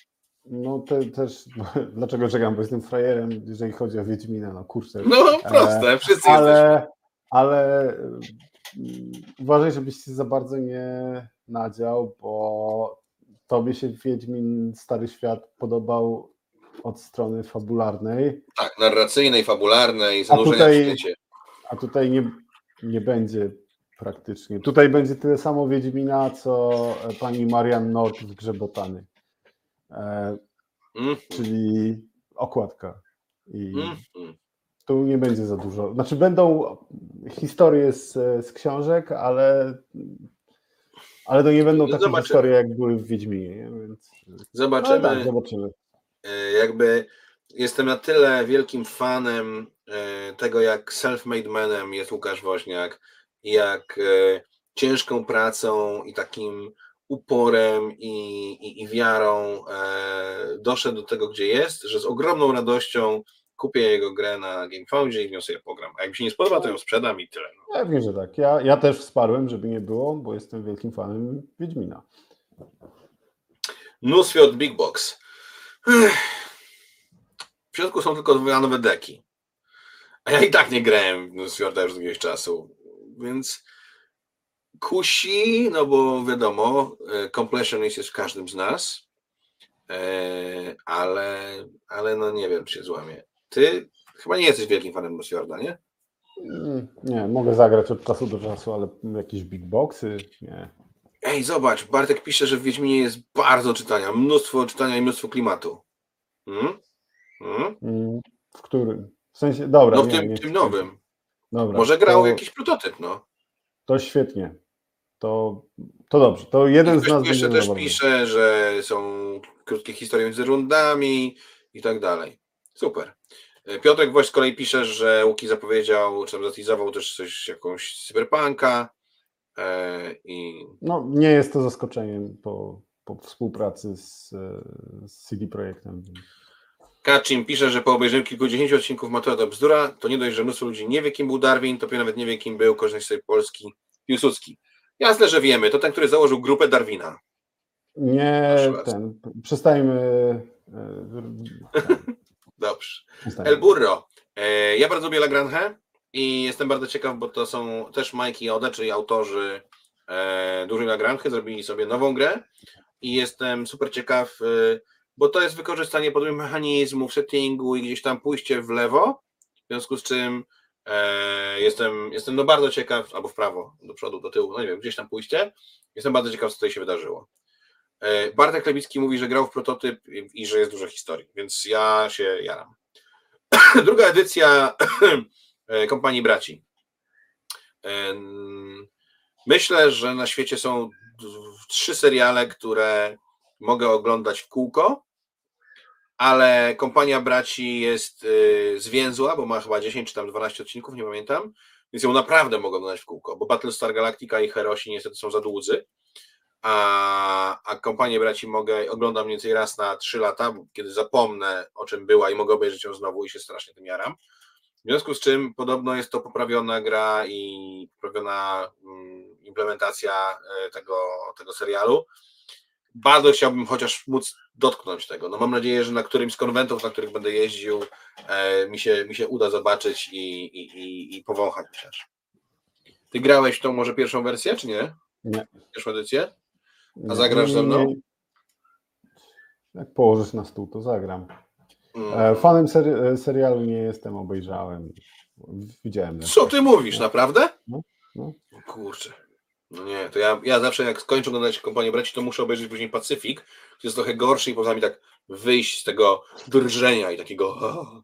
No te, też, dlaczego czekam, bo jestem frajerem, jeżeli chodzi o Wiedźmina, no kurczę. No proste, wszyscy ale, jesteśmy. Ale mm, uważaj, żebyś się za bardzo nie nadział, bo tobie się Wiedźmin Stary Świat podobał od strony fabularnej. Tak, narracyjnej, fabularnej, A zanurzenia tutaj, w świecie. a tutaj nie, nie będzie praktycznie. Tutaj będzie tyle samo Wiedźmina, co pani Marian Nord w Grze Botany. E, Mm. czyli okładka. I Mm. tu nie będzie za dużo. Znaczy będą historie z, z książek, ale, ale to nie będą takie Zobaczymy. historie, jak były w Wiedźminie. Nie? Więc, zobaczymy. No tak, zobaczymy. Jakby jestem na tyle wielkim fanem tego, jak self-made manem jest Łukasz Woźniak i jak ciężką pracą i takim uporem i, i, i wiarą doszedł do tego, gdzie jest, że z ogromną radością kupię jego grę na GameFoundzie i w nią sobie pogram. A jak mi się nie spodoba, to ją sprzedam i tyle. No. Pewnie, że tak. Ja, ja też wsparłem, żeby nie było, bo jestem wielkim fanem Wiedźmina. Newsfjord Big Box. W środku są tylko dwa nowe deki. A ja i tak nie grałem w Newsfjorda już z jakiegoś czasu, więc kusi, no bo wiadomo, completionist jest w każdym z nas, ale, ale no nie wiem, czy się złamie. Ty chyba nie jesteś wielkim fanem Newsfjorda, nie? Nie, mogę zagrać od czasu do czasu, ale jakieś big boxy, nie. Ej, zobacz, Bartek pisze, że w Wiedźminie jest bardzo czytania, mnóstwo czytania i mnóstwo klimatu. Hmm? Hmm? W którym? W sensie, dobra. No w nie, tym, nie tym nowym. Dobra, Może grał to, jakiś prototyp, no. To świetnie. To, to dobrze. To jeden z nas jeszcze będzie też pisze, że są krótkie historie między rundami i tak dalej. Super. Piotrek Woś z kolei pisze, że Łuki zapowiedział, czy tam zateasował też coś, jakąś cyberpunka. I... No, nie jest to zaskoczeniem po, po współpracy z, z C D Projektem. Kaczym pisze, że po obejrzeniu kilkudziesięciu odcinków Matoda to bzdura, to nie dość, że mnóstwo ludzi nie wie, kim był Darwin, to nawet nie wie, kim był korzystny sobie Polski Piłsudski. Jasne, że wiemy. To ten, który założył grupę Darwina. Nie, ten. Przestajmy. Dobrze. El Burro. Ja bardzo lubię La Granja i jestem bardzo ciekaw, bo to są też Mike i Oda, czyli autorzy dużej La Granja, zrobili sobie nową grę i jestem super ciekaw, bo to jest wykorzystanie podobnych mechanizmów, settingu i gdzieś tam pójście w lewo, w związku z czym e, jestem, jestem no bardzo ciekaw, albo w prawo, do przodu, do tyłu, no nie wiem, gdzieś tam pójście, jestem bardzo ciekaw, co tutaj się wydarzyło. E, Bartek Lewicki mówi, że grał w prototyp i, i że jest dużo historii, więc ja się jaram. Druga edycja Kompanii Braci. E, myślę, że na świecie są trzy seriale, które mogę oglądać w kółko, ale Kompania Braci jest y, zwięzła, bo ma chyba dziesięć czy tam dwanaście odcinków, nie pamiętam, więc ją naprawdę mogę oglądać w kółko, bo Battlestar Galactica i Herosi niestety są za dłudzy, a, a Kompanię Braci mogę oglądam mniej więcej raz na trzy lata, kiedy zapomnę, o czym była i mogę obejrzeć ją znowu i się strasznie tym jaram. W związku z czym podobno jest to poprawiona gra i poprawiona mm, implementacja tego, tego serialu. Bardzo chciałbym chociaż móc dotknąć tego. No mam nadzieję, że na którymś z konwentów, na których będę jeździł, e, mi, się, mi się uda zobaczyć i, i, i, i powąchać chociaż. Ty grałeś w tą może pierwszą wersję, czy nie? Nie. Pierwszą edycję? A nie, zagrasz nie, ze mną? Nie. Jak położysz na stół, to zagram. Mm. Fanem seri- serialu nie jestem, obejrzałem. Widziałem. Co ty mówisz, no. naprawdę? No, no. Kurczę. No nie, to ja, ja zawsze jak skończę oglądać Kompanię Braci, to muszę obejrzeć później Pacyfik, który jest trochę gorszy i poza mi tak wyjść z tego drżenia i takiego...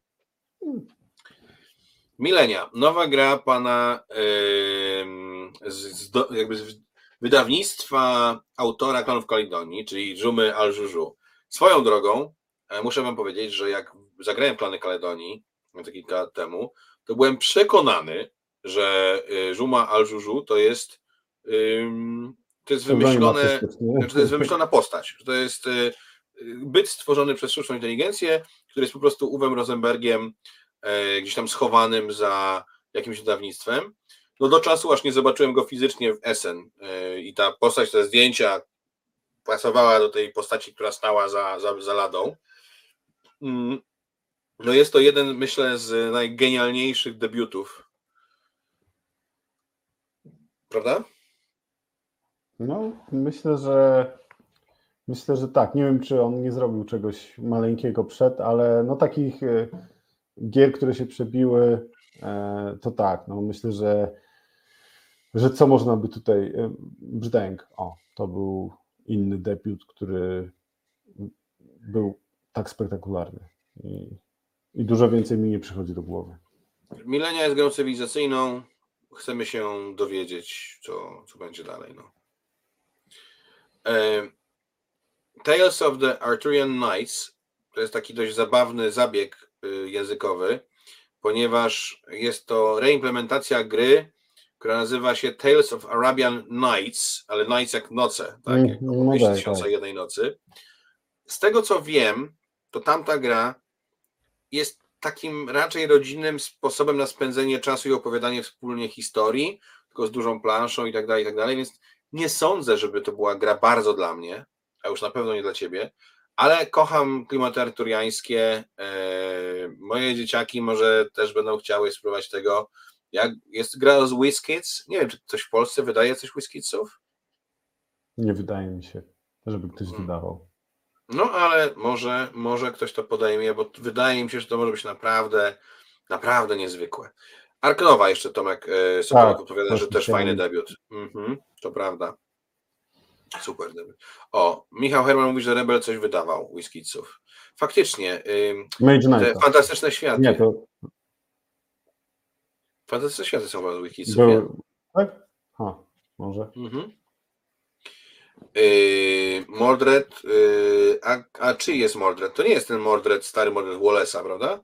Milenia. Nowa gra pana yy, z, z, jakby z wydawnictwa autora Klanów Kaledonii, czyli Dżumy Al-Żużu. Swoją drogą muszę wam powiedzieć, że jak zagrałem Klany Kaledonii kilka lat temu, to byłem przekonany, że Dżuma Al-Żużu to jest to jest wymyślone, że to jest wymyślona postać, że to jest byt stworzony przez sztuczną inteligencję, który jest po prostu Uwem Rosenbergiem gdzieś tam schowanym za jakimś wydawnictwem. No do czasu, aż nie zobaczyłem go fizycznie w Essen i ta postać, te zdjęcia pasowała do tej postaci, która stała za, za, za ladą. No jest to jeden, myślę, z najgenialniejszych debiutów. Prawda? No, myślę, że myślę, że tak. Nie wiem, czy on nie zrobił czegoś maleńkiego przed, ale no takich e, gier, które się przebiły, e, to tak. No myślę, że, że co można by tutaj. e, Brzdęk, o, to był inny debiut, który był tak spektakularny. I, i dużo więcej mi nie przychodzi do głowy. Milenia jest grą cywilizacyjną. Chcemy się dowiedzieć, co, co będzie dalej. No. E, Tales of the Arthurian Knights to jest taki dość zabawny zabieg y, językowy, ponieważ jest to reimplementacja gry, która nazywa się Tales of Arabian Nights, ale Nights jak noce, tak? Jak Mm, no opowieści tak, Tysiąca tak. Jednej Nocy. Z tego co wiem, to tamta gra jest takim raczej rodzinnym sposobem na spędzenie czasu i opowiadanie wspólnie historii, tylko z dużą planszą i tak dalej, i tak dalej, więc nie sądzę, żeby to była gra bardzo dla mnie, a już na pewno nie dla ciebie, ale kocham klimaty arturiańskie. Moje dzieciaki może też będą chciały spróbować tego. Jak jest gra z WizKids? Nie wiem, czy ktoś w Polsce wydaje coś WizKidsów? Nie wydaje mi się, żeby ktoś Hmm. wydawał. No, ale może, może ktoś to podejmie, bo wydaje mi się, że to może być naprawdę, naprawdę niezwykłe. Arkanowa jeszcze Tomek e, Sokołek Tak, odpowiada, że właśnie też fajny chciałem. debiut. Mhm, to prawda. Super debiut. O, Michał Herman mówi, że Rebel coś wydawał WizKidsów. Faktycznie, ym, Mage te Knighta. fantastyczne światy. Nie, to Fantastyczne światy są z WizKidsów, nie? był. Tak? Ha, może. Mhm. Yy, Mordred, yy, a, a czy jest Mordred? To nie jest ten Mordred, stary Mordred Wallace'a, prawda?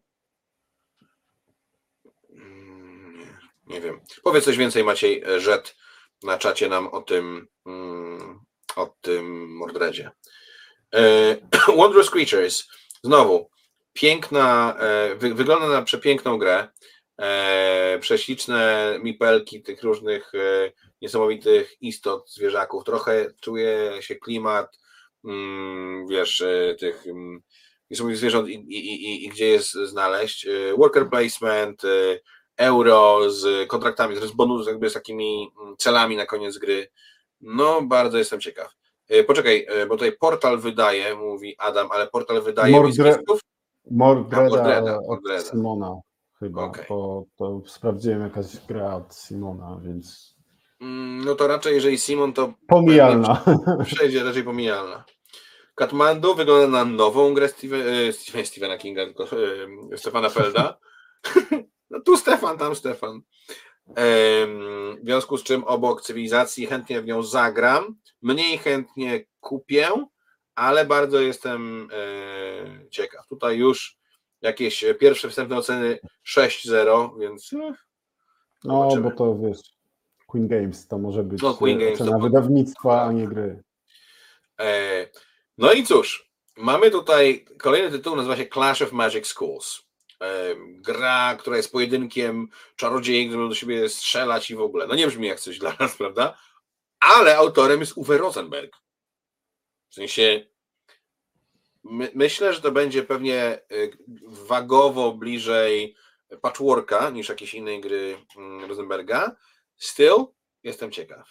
Mm, Nie, nie wiem. Powiedz coś więcej, Maciej Rzet, na czacie nam o tym mm, o tym Mordredzie. Yy, Wondrous Creatures. Znowu, piękna, e, wy, wygląda na przepiękną grę. E, prześliczne mipelki tych różnych e, niesamowitych istot, zwierzaków. Trochę czuje się klimat, mm, wiesz, e, tych mm, niesamowitych zwierząt i, i, i, i gdzie jest znaleźć. E, worker placement, e, euro z kontraktami, z bonus, jakby z takimi celami na koniec gry. No, bardzo jestem ciekaw. E, Poczekaj, e, bo tutaj Portal wydaje, mówi Adam, ale Portal wydaje Mordre... WizKidsów? A, Mordreda Mordreda, od Mordreda. Simona chyba, Okej. bo to sprawdziłem jakaś gra od Simona, więc Mm, No to raczej, jeżeli Simon, to pewnie pomijalna. przejdzie raczej pomijalna. Katmandu wygląda na nową grę Steven, e, Steven, Stephena Kinga, tylko e, Stefana Felda. No tu Stefan, tam Stefan. Em, W związku z czym obok cywilizacji chętnie w nią zagram. Mniej chętnie kupię, ale bardzo jestem e, ciekaw. Tutaj już jakieś pierwsze wstępne oceny sześć zero, więc no, No, zobaczymy. bo to wiesz, Queen Games to może być No, Queen Games ocena to- wydawnictwa, a nie gry. E, No i cóż, mamy tutaj kolejny tytuł, nazywa się Clash of Magic Schools. E, Gra, która jest pojedynkiem czarodziei, które będą do siebie strzelać i w ogóle. No nie brzmi jak coś dla nas, prawda? Ale autorem jest Uwe Rosenberg. W sensie my, myślę, że to będzie pewnie y, wagowo bliżej Patchworka niż jakiejś innej gry mm, Rosenberga. Still jestem ciekaw.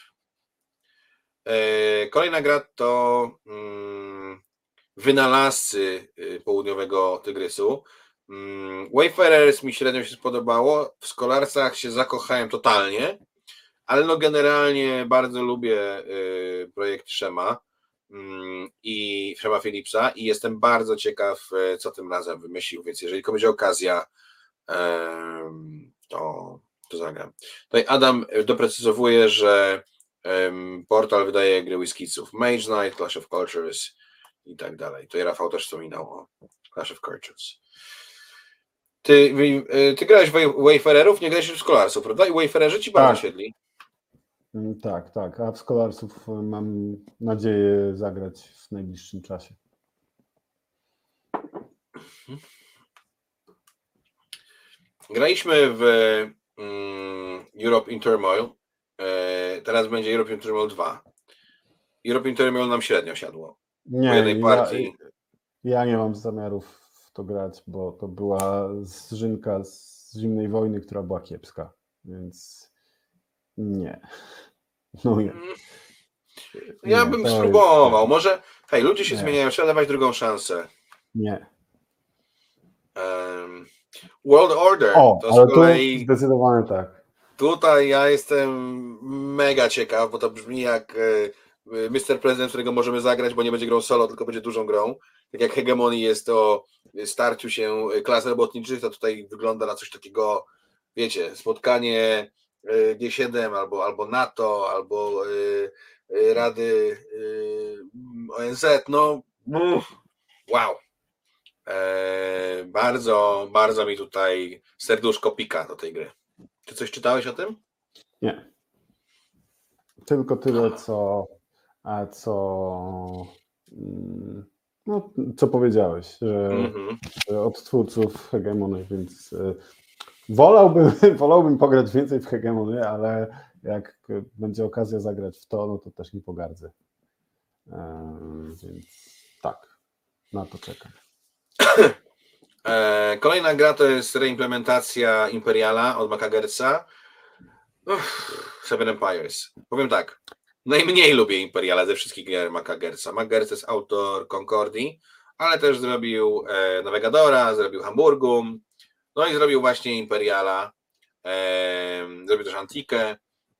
E, Kolejna gra to mm, Wynalazcy y, Południowego Tygrysu. Mm, Wayfarers mi średnio się spodobało. W Scholarsach się zakochałem totalnie, ale no generalnie bardzo lubię y, projekt Szema mm, i Szema Philipsa i jestem bardzo ciekaw, y, co tym razem wymyślił, więc jeżeli komuś będzie okazja, em, to, to zagram. Tutaj Adam doprecyzowuje, że em, portal wydaje gry WizKidsów, Mage Knight, Clash of Cultures i tak dalej. Tutaj Rafał też wspominał o Clash of Cultures. Ty, y, ty grałeś w Wayfarerów, nie grałeś w Scholarsów, prawda? I Wayfarerzy ci bardzo Tak. siedli. Mm, Tak, tak. A w Scholarsów mam nadzieję zagrać w najbliższym czasie. Graliśmy w mm, Europe in Turmoil. E, teraz będzie Europe in Turmoil dwa. European Imperium nam średnio siadło. Nie, po jednej partii. Ja, ja nie mam zamiarów w to grać, bo to była zżynka z zimnej wojny, która była kiepska, więc nie. No nie. Ja nie, bym to spróbował. jest... Może, hej, ludzie się nie. zmieniają, trzeba dawać drugą szansę. Nie. Um, World Order O, to ale z kolei... tu zdecydowanie tak. Tutaj ja jestem mega ciekaw, bo to brzmi jak mister President, którego możemy zagrać, bo nie będzie grą solo, tylko będzie dużą grą. Tak jak Hegemony jest o starciu się klas robotniczych, to tutaj wygląda na coś takiego, wiecie, spotkanie G siedem albo, albo NATO, albo Rady O N Z. No, wow. Eee, bardzo, bardzo mi tutaj serduszko pika do tej gry. Czy coś czytałeś o tym? Nie. Tylko tyle, co, co, no, co powiedziałeś, że, mm-hmm. że od twórców Hegemony, więc wolałbym, wolałbym pograć więcej w Hegemony, ale jak będzie okazja zagrać w to, no to też nie pogardzę. Więc tak, na to czekam. Kolejna gra to jest reimplementacja Imperiala od Macagersa. Seven Empires. Powiem tak, najmniej lubię Imperiala ze wszystkich gier Macagersa. Macagers jest autor Concordii, ale też zrobił e, Navigadora, zrobił Hamburgum, no i zrobił właśnie Imperiala, e, zrobił też Antikę.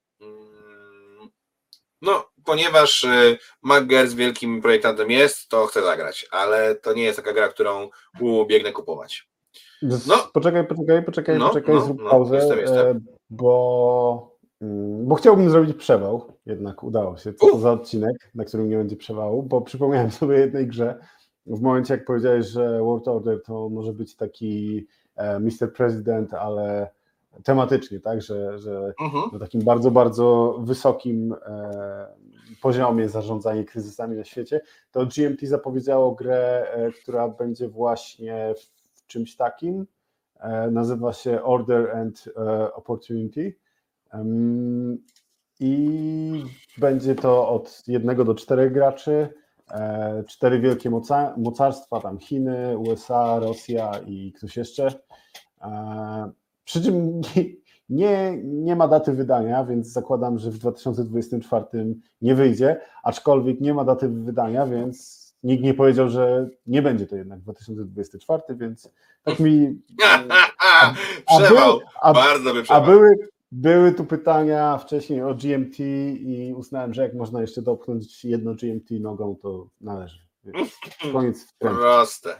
No, ponieważ Macagers wielkim projektantem jest, to chcę zagrać, ale to nie jest taka gra, którą biegnę kupować. No. Poczekaj, poczekaj, poczekaj, no, poczekaj, no, zrób no, pauzę, jestem, jestem. Bo, bo chciałbym zrobić przewał, jednak udało się. Co to za odcinek, na którym nie będzie przewału, bo przypomniałem sobie jednej grze, w momencie jak powiedziałeś, że World Order to może być taki mister President, ale tematycznie, tak, że, że uh-huh. na takim bardzo, bardzo wysokim e, poziomie zarządzania kryzysami na świecie, to G M T zapowiedziało grę, e, która będzie właśnie w czymś takim, e, nazywa się Order and e, Opportunity um, i będzie to od jednego do czterech graczy, e, cztery wielkie moca- mocarstwa, tam Chiny, U S A, Rosja i ktoś jeszcze. E, Przy czym nie, nie ma daty wydania, więc zakładam, że w dwa tysiące dwudziestym czwartym nie wyjdzie, aczkolwiek nie ma daty wydania, więc nikt nie powiedział, że nie będzie to jednak dwa tysiące dwudziesty czwarty, więc tak mi... A, a, przewał, był, a, bardzo by przewał. A były, były tu pytania wcześniej o G M T i uznałem, że jak można jeszcze dopchnąć jedno G M T nogą, to należy. Więc koniec. Proste.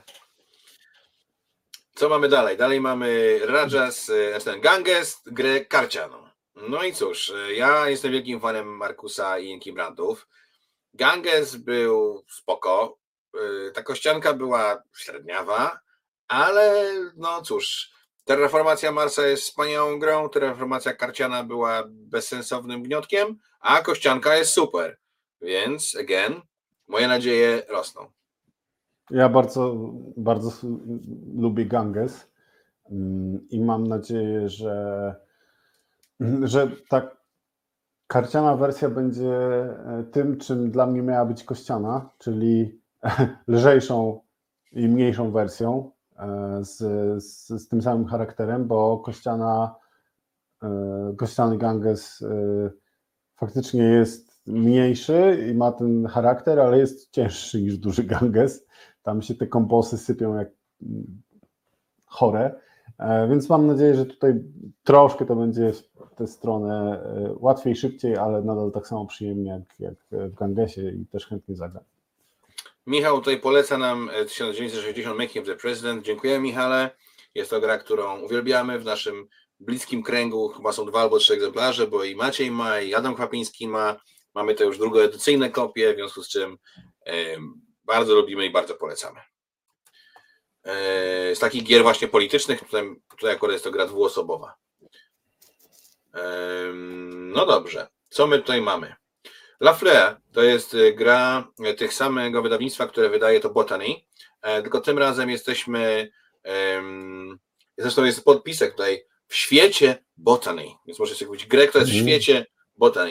Co mamy dalej? Dalej mamy Rajas, znaczy Ganges, grę karcianą. No i cóż, ja jestem wielkim fanem Markusa i Inki Brandów. Ganges był spoko, ta kościanka była średniawa, ale no cóż, Terraformacja Marsa jest wspaniałą grą, Terraformacja karciana była bezsensownym gniotkiem, a kościanka jest super, więc again, moje nadzieje rosną. Ja bardzo, bardzo lubię Ganges i mam nadzieję, że, że ta karciana wersja będzie tym, czym dla mnie miała być kościana, czyli lżejszą i mniejszą wersją z, z, z tym samym charakterem, bo kościana, kościany Ganges faktycznie jest mniejszy i ma ten charakter, ale jest cięższy niż duży Ganges. Tam się te komposy sypią jak chore, więc mam nadzieję, że tutaj troszkę to będzie w tę stronę łatwiej, szybciej, ale nadal tak samo przyjemnie jak, jak w Gangesie i też chętnie zagram. Michał tutaj poleca nam tysiąc dziewięćset sześćdziesiąt Making of the President. Dziękuję, Michale. Jest to gra, którą uwielbiamy w naszym bliskim kręgu. Chyba są dwa albo trzy egzemplarze, bo i Maciej ma, i Adam Kwapiński ma. Mamy to już drugoedycyjne kopie, w związku z czym yy, bardzo lubimy i bardzo polecamy. Yy, z takich gier właśnie politycznych, tutaj, tutaj akurat jest to gra dwuosobowa. Yy, no dobrze, co my tutaj mamy? La Fleur to jest gra tych samego wydawnictwa, które wydaje to Botany, tylko tym razem jesteśmy, zresztą jest podpisek tutaj, w świecie Botany, więc możecie sobie kupić grę, która jest w świecie Botany.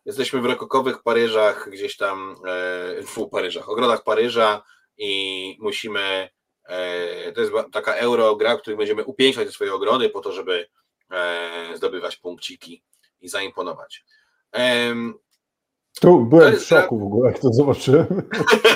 Jesteśmy w rokokowych Paryżach, gdzieś tam, w Paryżach, ogrodach Paryża i musimy, to jest taka euro gra, w której będziemy upiększać swoje ogrody po to, żeby zdobywać punkciki i zaimponować. Tu byłem w szoku w ogóle, jak to zobaczyłem.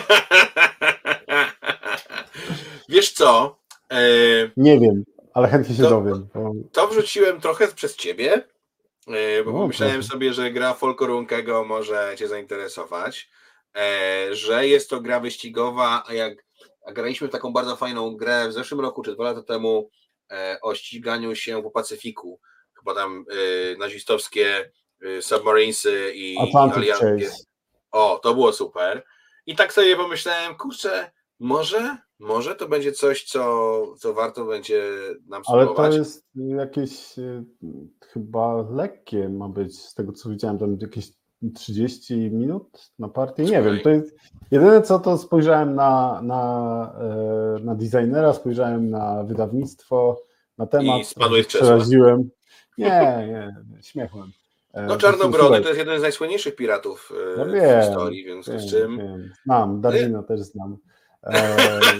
Wiesz co? Nie wiem, ale chętnie się to, dowiem. Bo... To wrzuciłem trochę przez ciebie, bo no, pomyślałem proszę. sobie, że gra Folkorunkego może cię zainteresować, że jest to gra wyścigowa, a jak a graliśmy w taką bardzo fajną grę w zeszłym roku czy dwa lata temu o ściganiu się po Pacyfiku, chyba tam nazistowskie submarinesy i, i alianckie. O, to było super. I tak sobie pomyślałem, kurczę, może, może to będzie coś, co, co warto będzie nam spróbować. Ale to jest jakieś chyba lekkie ma być, z tego co widziałem, tam jakieś trzydzieści minut na partię, nie wiem, to jest jedyne co to spojrzałem na, na, na designera, spojrzałem na wydawnictwo, na temat, i spadłeś w krzesło. Przeraziłem. Nie, nie, śmiechłem. No Czarnobrody to jest jeden z najsłynniejszych piratów no w wiem, historii, więc wiem, z czym... Wiem. Znam, Darwina też znam. E,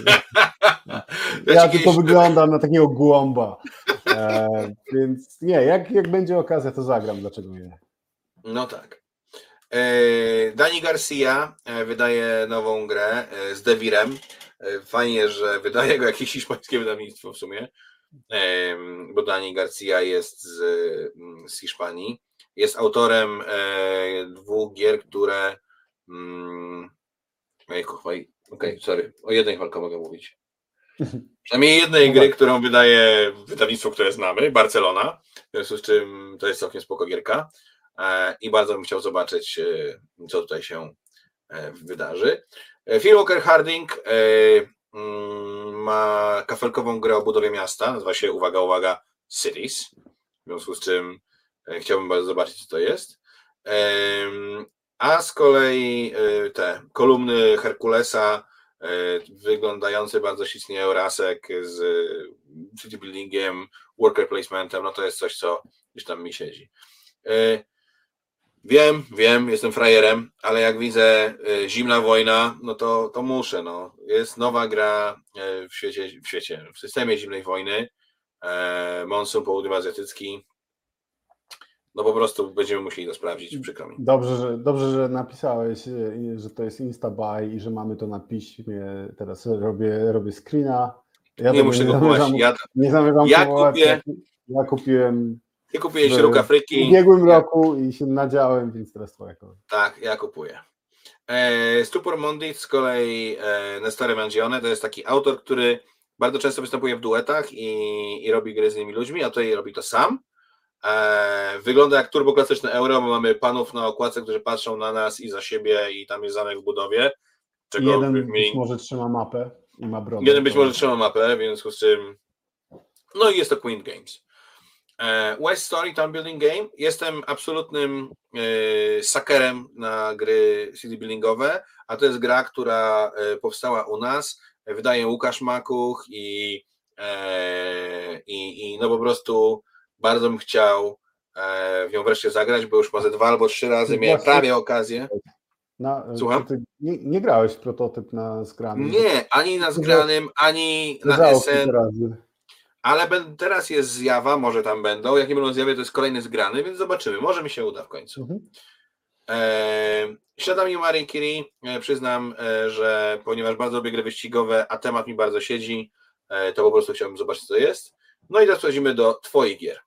ja tylko wyglądam na takiego głąba, e, więc nie, jak, jak będzie okazja, to zagram, dlaczego nie. No tak. E, Dani Garcia wydaje nową grę z Devirem. Fajnie, że wydaje go jakieś hiszpańskie wydawnictwo w sumie, e, bo Dani Garcia jest z, z Hiszpanii. Jest autorem e, dwóch gier, które... Mm, Okej, okay, sorry, o jednej walce mogę mówić. Przynajmniej jednej gry, którą wydaje wydawnictwo, które znamy, Barcelona, w związku z czym to jest całkiem spoko gierka e, i bardzo bym chciał zobaczyć, e, co tutaj się e, wydarzy. Phil Walker Harding e, mm, ma kafelkową grę o budowie miasta, nazywa się, uwaga, uwaga, Cities, w związku z czym e, chciałbym bardzo zobaczyć, co to jest. E, a z kolei e, te kolumny Herkulesa, wyglądający bardzo ślicznie Eurasek z city buildingiem, worker placementem, no to jest coś, co gdzieś tam mi siedzi. Wiem, wiem, jestem frajerem, ale jak widzę Zimna Wojna, no to, to muszę, no. Jest nowa gra w świecie, w świecie, w systemie Zimnej Wojny, Monsun Południowoazjatycki, no po prostu będziemy musieli to sprawdzić, przykro mi. Dobrze, że, dobrze, że napisałeś, że to jest Instabuy i że mamy to na piśmie. Teraz robię, robię screena. Ja nie muszę go kupować. Ja, nie zamierzam ja kupować. kupię. Ja kupiłem. Ty kupiłeś Róg Afryki. W ubiegłym ja, roku i się nadziałem, więc teraz twoja kolej. Tak, ja kupuję. E, Stupor Mondit z kolei e, Nestore Mangione to jest taki autor, który bardzo często występuje w duetach i, i robi gry z innymi ludźmi, a tutaj robi to sam. E, wygląda jak turboklasyczne euro, bo mamy panów na okładce, którzy patrzą na nas i za siebie i tam jest zamek w budowie. Czego jeden mi... być może trzyma mapę i ma brodę. Jeden być może trzyma mapę, w związku z czym no i jest to Queen Games. E, West Story Town Building Game. Jestem absolutnym e, sakerem na gry city buildingowe, a to jest gra, która e, powstała u nas. Wydaje Łukasz Makuch i, e, i, i no po prostu bardzo bym chciał w nią wreszcie zagrać, bo już może dwa albo trzy razy miałem Właśnie... prawie okazję. Na, Słucham? Ty nie, nie grałeś w prototyp na zgranym? Nie, ani na zgranym, ani na S N. Ale ben, teraz jest zjawa, może tam będą. Jak nie będą zjawy, to jest kolejny zgrany, więc zobaczymy. Może mi się uda w końcu. Mhm. E, Siada mi Marie Curie. E, przyznam, e, że ponieważ bardzo lubię gry wyścigowe, a temat mi bardzo siedzi, e, to po prostu chciałbym zobaczyć, co to jest. No i teraz przechodzimy do twoich gier.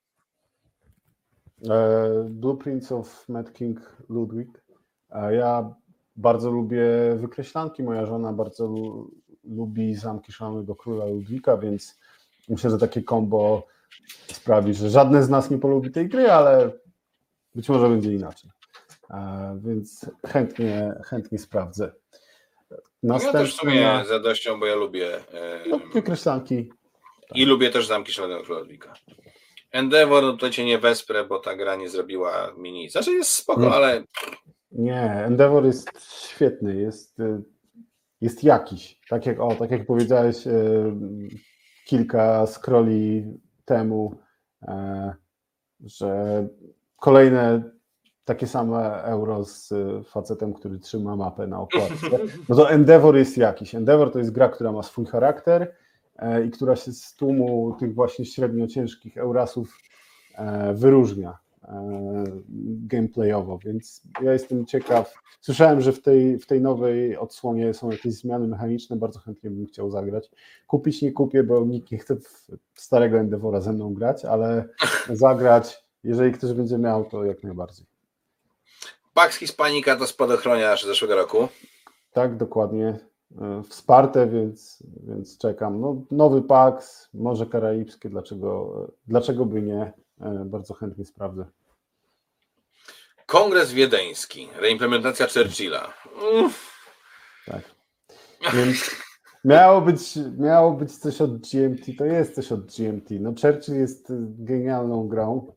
Blueprints of Mad King Ludwig. Ja bardzo lubię wykreślanki. Moja żona bardzo lu- lubi Zamki Szalonego Króla Ludwika, więc myślę, że takie combo sprawi, że żadne z nas nie polubi tej gry, ale być może będzie inaczej. Więc chętnie, chętnie sprawdzę. Następna... Ja też w sumie z radością, bo ja lubię no, wykreślanki. Tak. I lubię też Zamki Szalonego Króla Ludwika. Endeavor, no tutaj cię nie wesprę, bo ta gra nie zrobiła mi nic. Znaczy jest spoko, nie. ale... Nie, Endeavor jest świetny, jest, jest jakiś. Tak jak, o, tak jak powiedziałeś kilka scrolli temu, że kolejne takie same euro z facetem, który trzyma mapę na okładce. No to Endeavor jest jakiś. Endeavor to jest gra, która ma swój charakter i która się z tłumu tych właśnie średnio ciężkich Eurasów wyróżnia gameplayowo, więc ja jestem ciekaw. Słyszałem, że w tej, w tej nowej odsłonie są jakieś zmiany mechaniczne, bardzo chętnie bym chciał zagrać. Kupić nie kupię, bo nikt nie chce w starego Endeavora ze mną grać, ale zagrać, jeżeli ktoś będzie miał, to jak najbardziej. Pax Hispanica to spadochroniarz z zeszłego roku. Tak, dokładnie. Wsparte, więc, więc czekam. No, nowy Pax, Morze Karaibskie, dlaczego, dlaczego by nie? Bardzo chętnie sprawdzę. Kongres Wiedeński, reimplementacja Churchilla. Uff. Tak. Więc miało być, miało być coś od G M T, to jest coś od G M T. No Churchill jest genialną grą.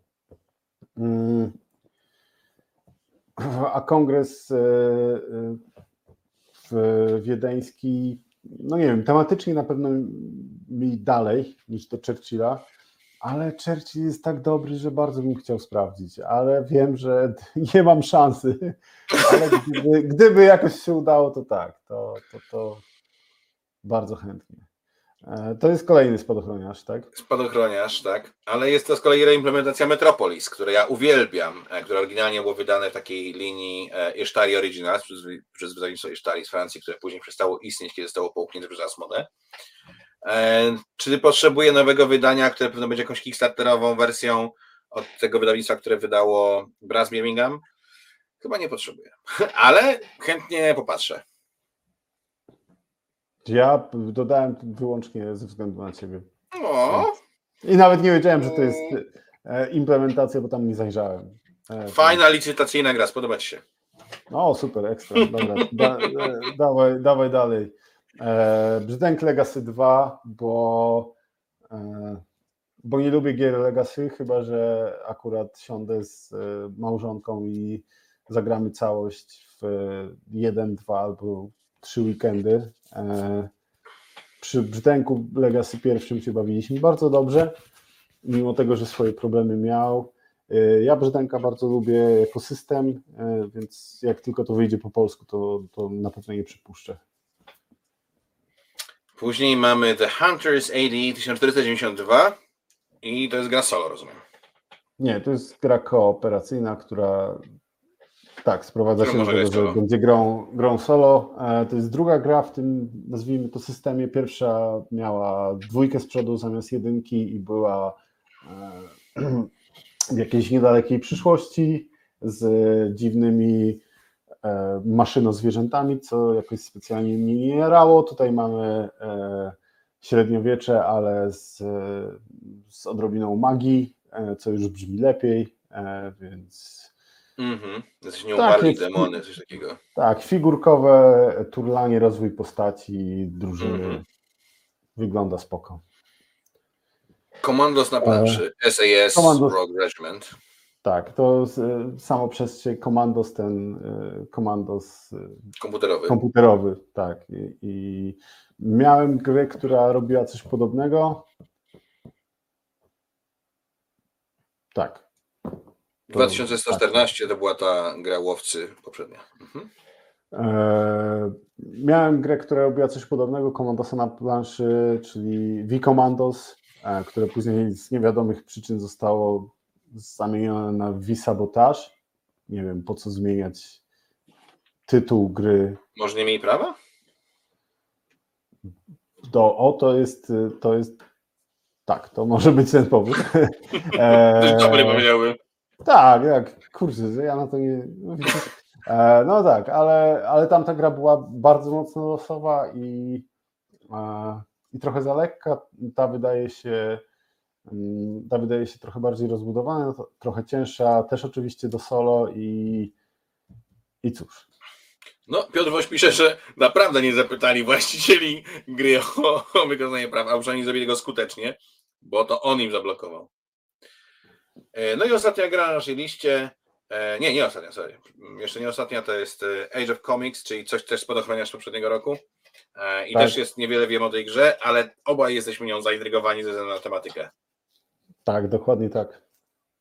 A kongres wiedeński, no nie wiem, tematycznie na pewno mi dalej niż do Churchilla, ale Churchill jest tak dobry, że bardzo bym chciał sprawdzić, ale wiem, że nie mam szansy, ale gdyby, gdyby jakoś się udało, to tak, to, to, to bardzo chętnie. To jest kolejny spadochroniarz, tak? Spadochroniarz, tak, ale jest to z kolei reimplementacja Metropolis, które ja uwielbiam, które oryginalnie było wydane w takiej linii Ishtari Originals przez, przez wydawnictwo Ishtari z Francji, które później przestało istnieć, kiedy zostało połknięte przez Asmodę. Czy potrzebuje nowego wydania, które pewno będzie jakąś kickstarterową wersją od tego wydawnictwa, które wydało Brass Birmingham? Chyba nie potrzebuję, ale chętnie popatrzę. Ja dodałem wyłącznie ze względu na ciebie. O. I nawet nie wiedziałem, że to jest implementacja, bo tam nie zajrzałem. Fajna licytacyjna gra, spodoba ci się. O, super, ekstra. Dobra, da, dawaj, dawaj dalej. Brzdęk Legacy dwa, bo, bo nie lubię gier Legacy, chyba że akurat siądę z małżonką i zagramy całość w jeden, dwa albo trzy weekendy. Przy Brzdęku Legacy pierwszym się bawiliśmy bardzo dobrze, mimo tego, że swoje problemy miał. Ja Brzdęka bardzo lubię jako system, więc jak tylko to wyjdzie po polsku, to, to na pewno nie przypuszczę. Później mamy The Hunters A D tysiąc czterysta dziewięćdziesiąt dwa i to jest gra solo, rozumiem. Nie, to jest gra kooperacyjna, która tak, sprowadza się do tego, że solo. będzie grą, grą solo. To jest druga gra w tym, nazwijmy to, systemie. Pierwsza miała dwójkę z przodu zamiast jedynki i była w jakiejś niedalekiej przyszłości z dziwnymi maszynozwierzętami, co jakoś specjalnie mnie nie jarało. Tutaj mamy średniowiecze, ale z, z odrobiną magii, co już brzmi lepiej, więc... Mhm. Jesteś nieumarli demony, coś takiego. Tak, figurkowe turlanie, rozwój postaci, drużyny. Mhm. Wygląda spoko. Komandos na planszy, S A S, Commandos, Rogue Regiment. Tak, to samo przez się Komandos, ten Komandos komputerowy. komputerowy, tak. I, I miałem grę, która robiła coś podobnego. Tak. dwa tysiące sto czternaście to była ta gra łowcy poprzednia. Mhm. E, miałem grę, która robiła coś podobnego, Komandosa na planszy, czyli V-Commandos, e, które później z niewiadomych przyczyn zostało zamienione na V-Sabotage. Nie wiem, po co zmieniać tytuł gry. Może nie mieli prawa? Do, o, to jest, to jest, tak, to może być ten powód. e, Dobry powiedziałbym. Tak, jak, kurczę, że ja na to nie... E, no tak, ale, ale tamta gra była bardzo mocno losowa i, e, i trochę za lekka. Ta wydaje się ta wydaje się trochę bardziej rozbudowana, trochę cięższa, też oczywiście do solo i, i cóż. No, Piotr Woś pisze, że naprawdę nie zapytali właścicieli gry o, o wykonanie praw, a przynajmniej zrobili go skutecznie, bo to on im zablokował. No i ostatnia gra na naszej liście, nie, nie ostatnia, sorry, jeszcze nie ostatnia, to jest Age of Comics, czyli coś też spadochroniarz z poprzedniego roku i tak. Też jest niewiele wiem o tej grze, ale obaj jesteśmy nią zaintrygowani ze względu na tematykę. Tak, dokładnie tak.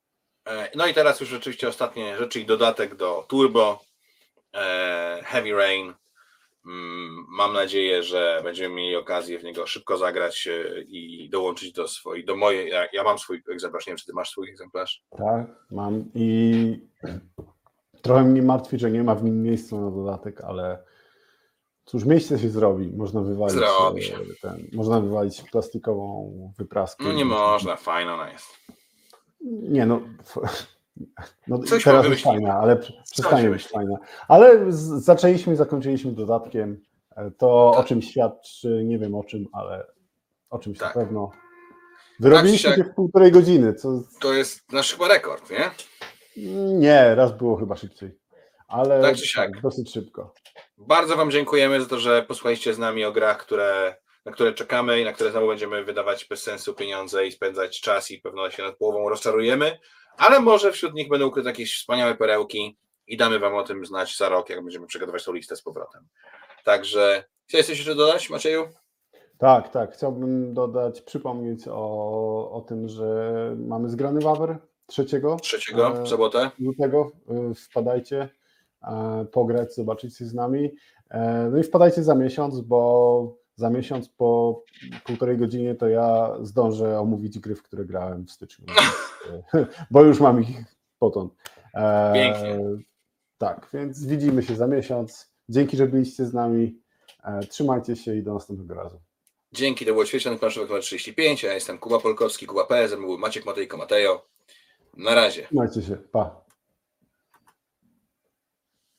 No i teraz już rzeczywiście ostatnie rzeczy i dodatek do Turbo, Heavy Rain. Mam nadzieję, że będziemy mieli okazję w niego szybko zagrać i dołączyć do swojej, do mojej, ja, ja mam swój egzemplarz, nie wiem, czy ty masz swój egzemplarz? Tak, mam i trochę mnie martwi, że nie ma w nim miejsca na dodatek, ale cóż, miejsce się zrobi, można wywalić Zrobi się. ten, można wywalić plastikową wypraskę. No nie można, fajna ona jest. Nie no, no Coś teraz jest fajna, ale przestanie być fajna. Ale z, zaczęliśmy i zakończyliśmy dodatkiem. To tak. O czym świadczy, nie wiem o czym, ale o czymś tak. Na pewno. Wyrobiliśmy tak, się w półtorej godziny. Co... To jest nasz chyba rekord, nie? Nie, raz było chyba szybciej, ale tak czy siak. Tak, dosyć szybko. Bardzo wam dziękujemy za to, że posłuchaliście z nami o grach, które, na które czekamy i na które znowu będziemy wydawać bez sensu pieniądze i spędzać czas i pewno się nad połową rozczarujemy, ale może wśród nich będą ukryte jakieś wspaniałe perełki i damy wam o tym znać za rok, jak będziemy przygotować tą listę z powrotem. Także chciałeś coś jeszcze dodać, Macieju? Tak, tak. Chciałbym dodać, przypomnieć o, o tym, że mamy zgrany wawer trzeciego. Trzeciego, w sobotę. Lutego. Wpadajcie, pograć, zobaczyć się z nami. No i wpadajcie za miesiąc, bo za miesiąc po półtorej godzinie to ja zdążę omówić gry, w które grałem w styczniu. Bo już mam ich potąd. Pięknie. Tak, więc widzimy się za miesiąc. Dzięki, że byliście z nami. Trzymajcie się i do następnego razu. Dzięki, to było Ćwieczonych Planszówek numer trzydzieści pięć. Ja jestem Kuba Polkowski, Kuba P S, był Maciek Matejko, Matejo. Na razie. Trzymajcie się, pa.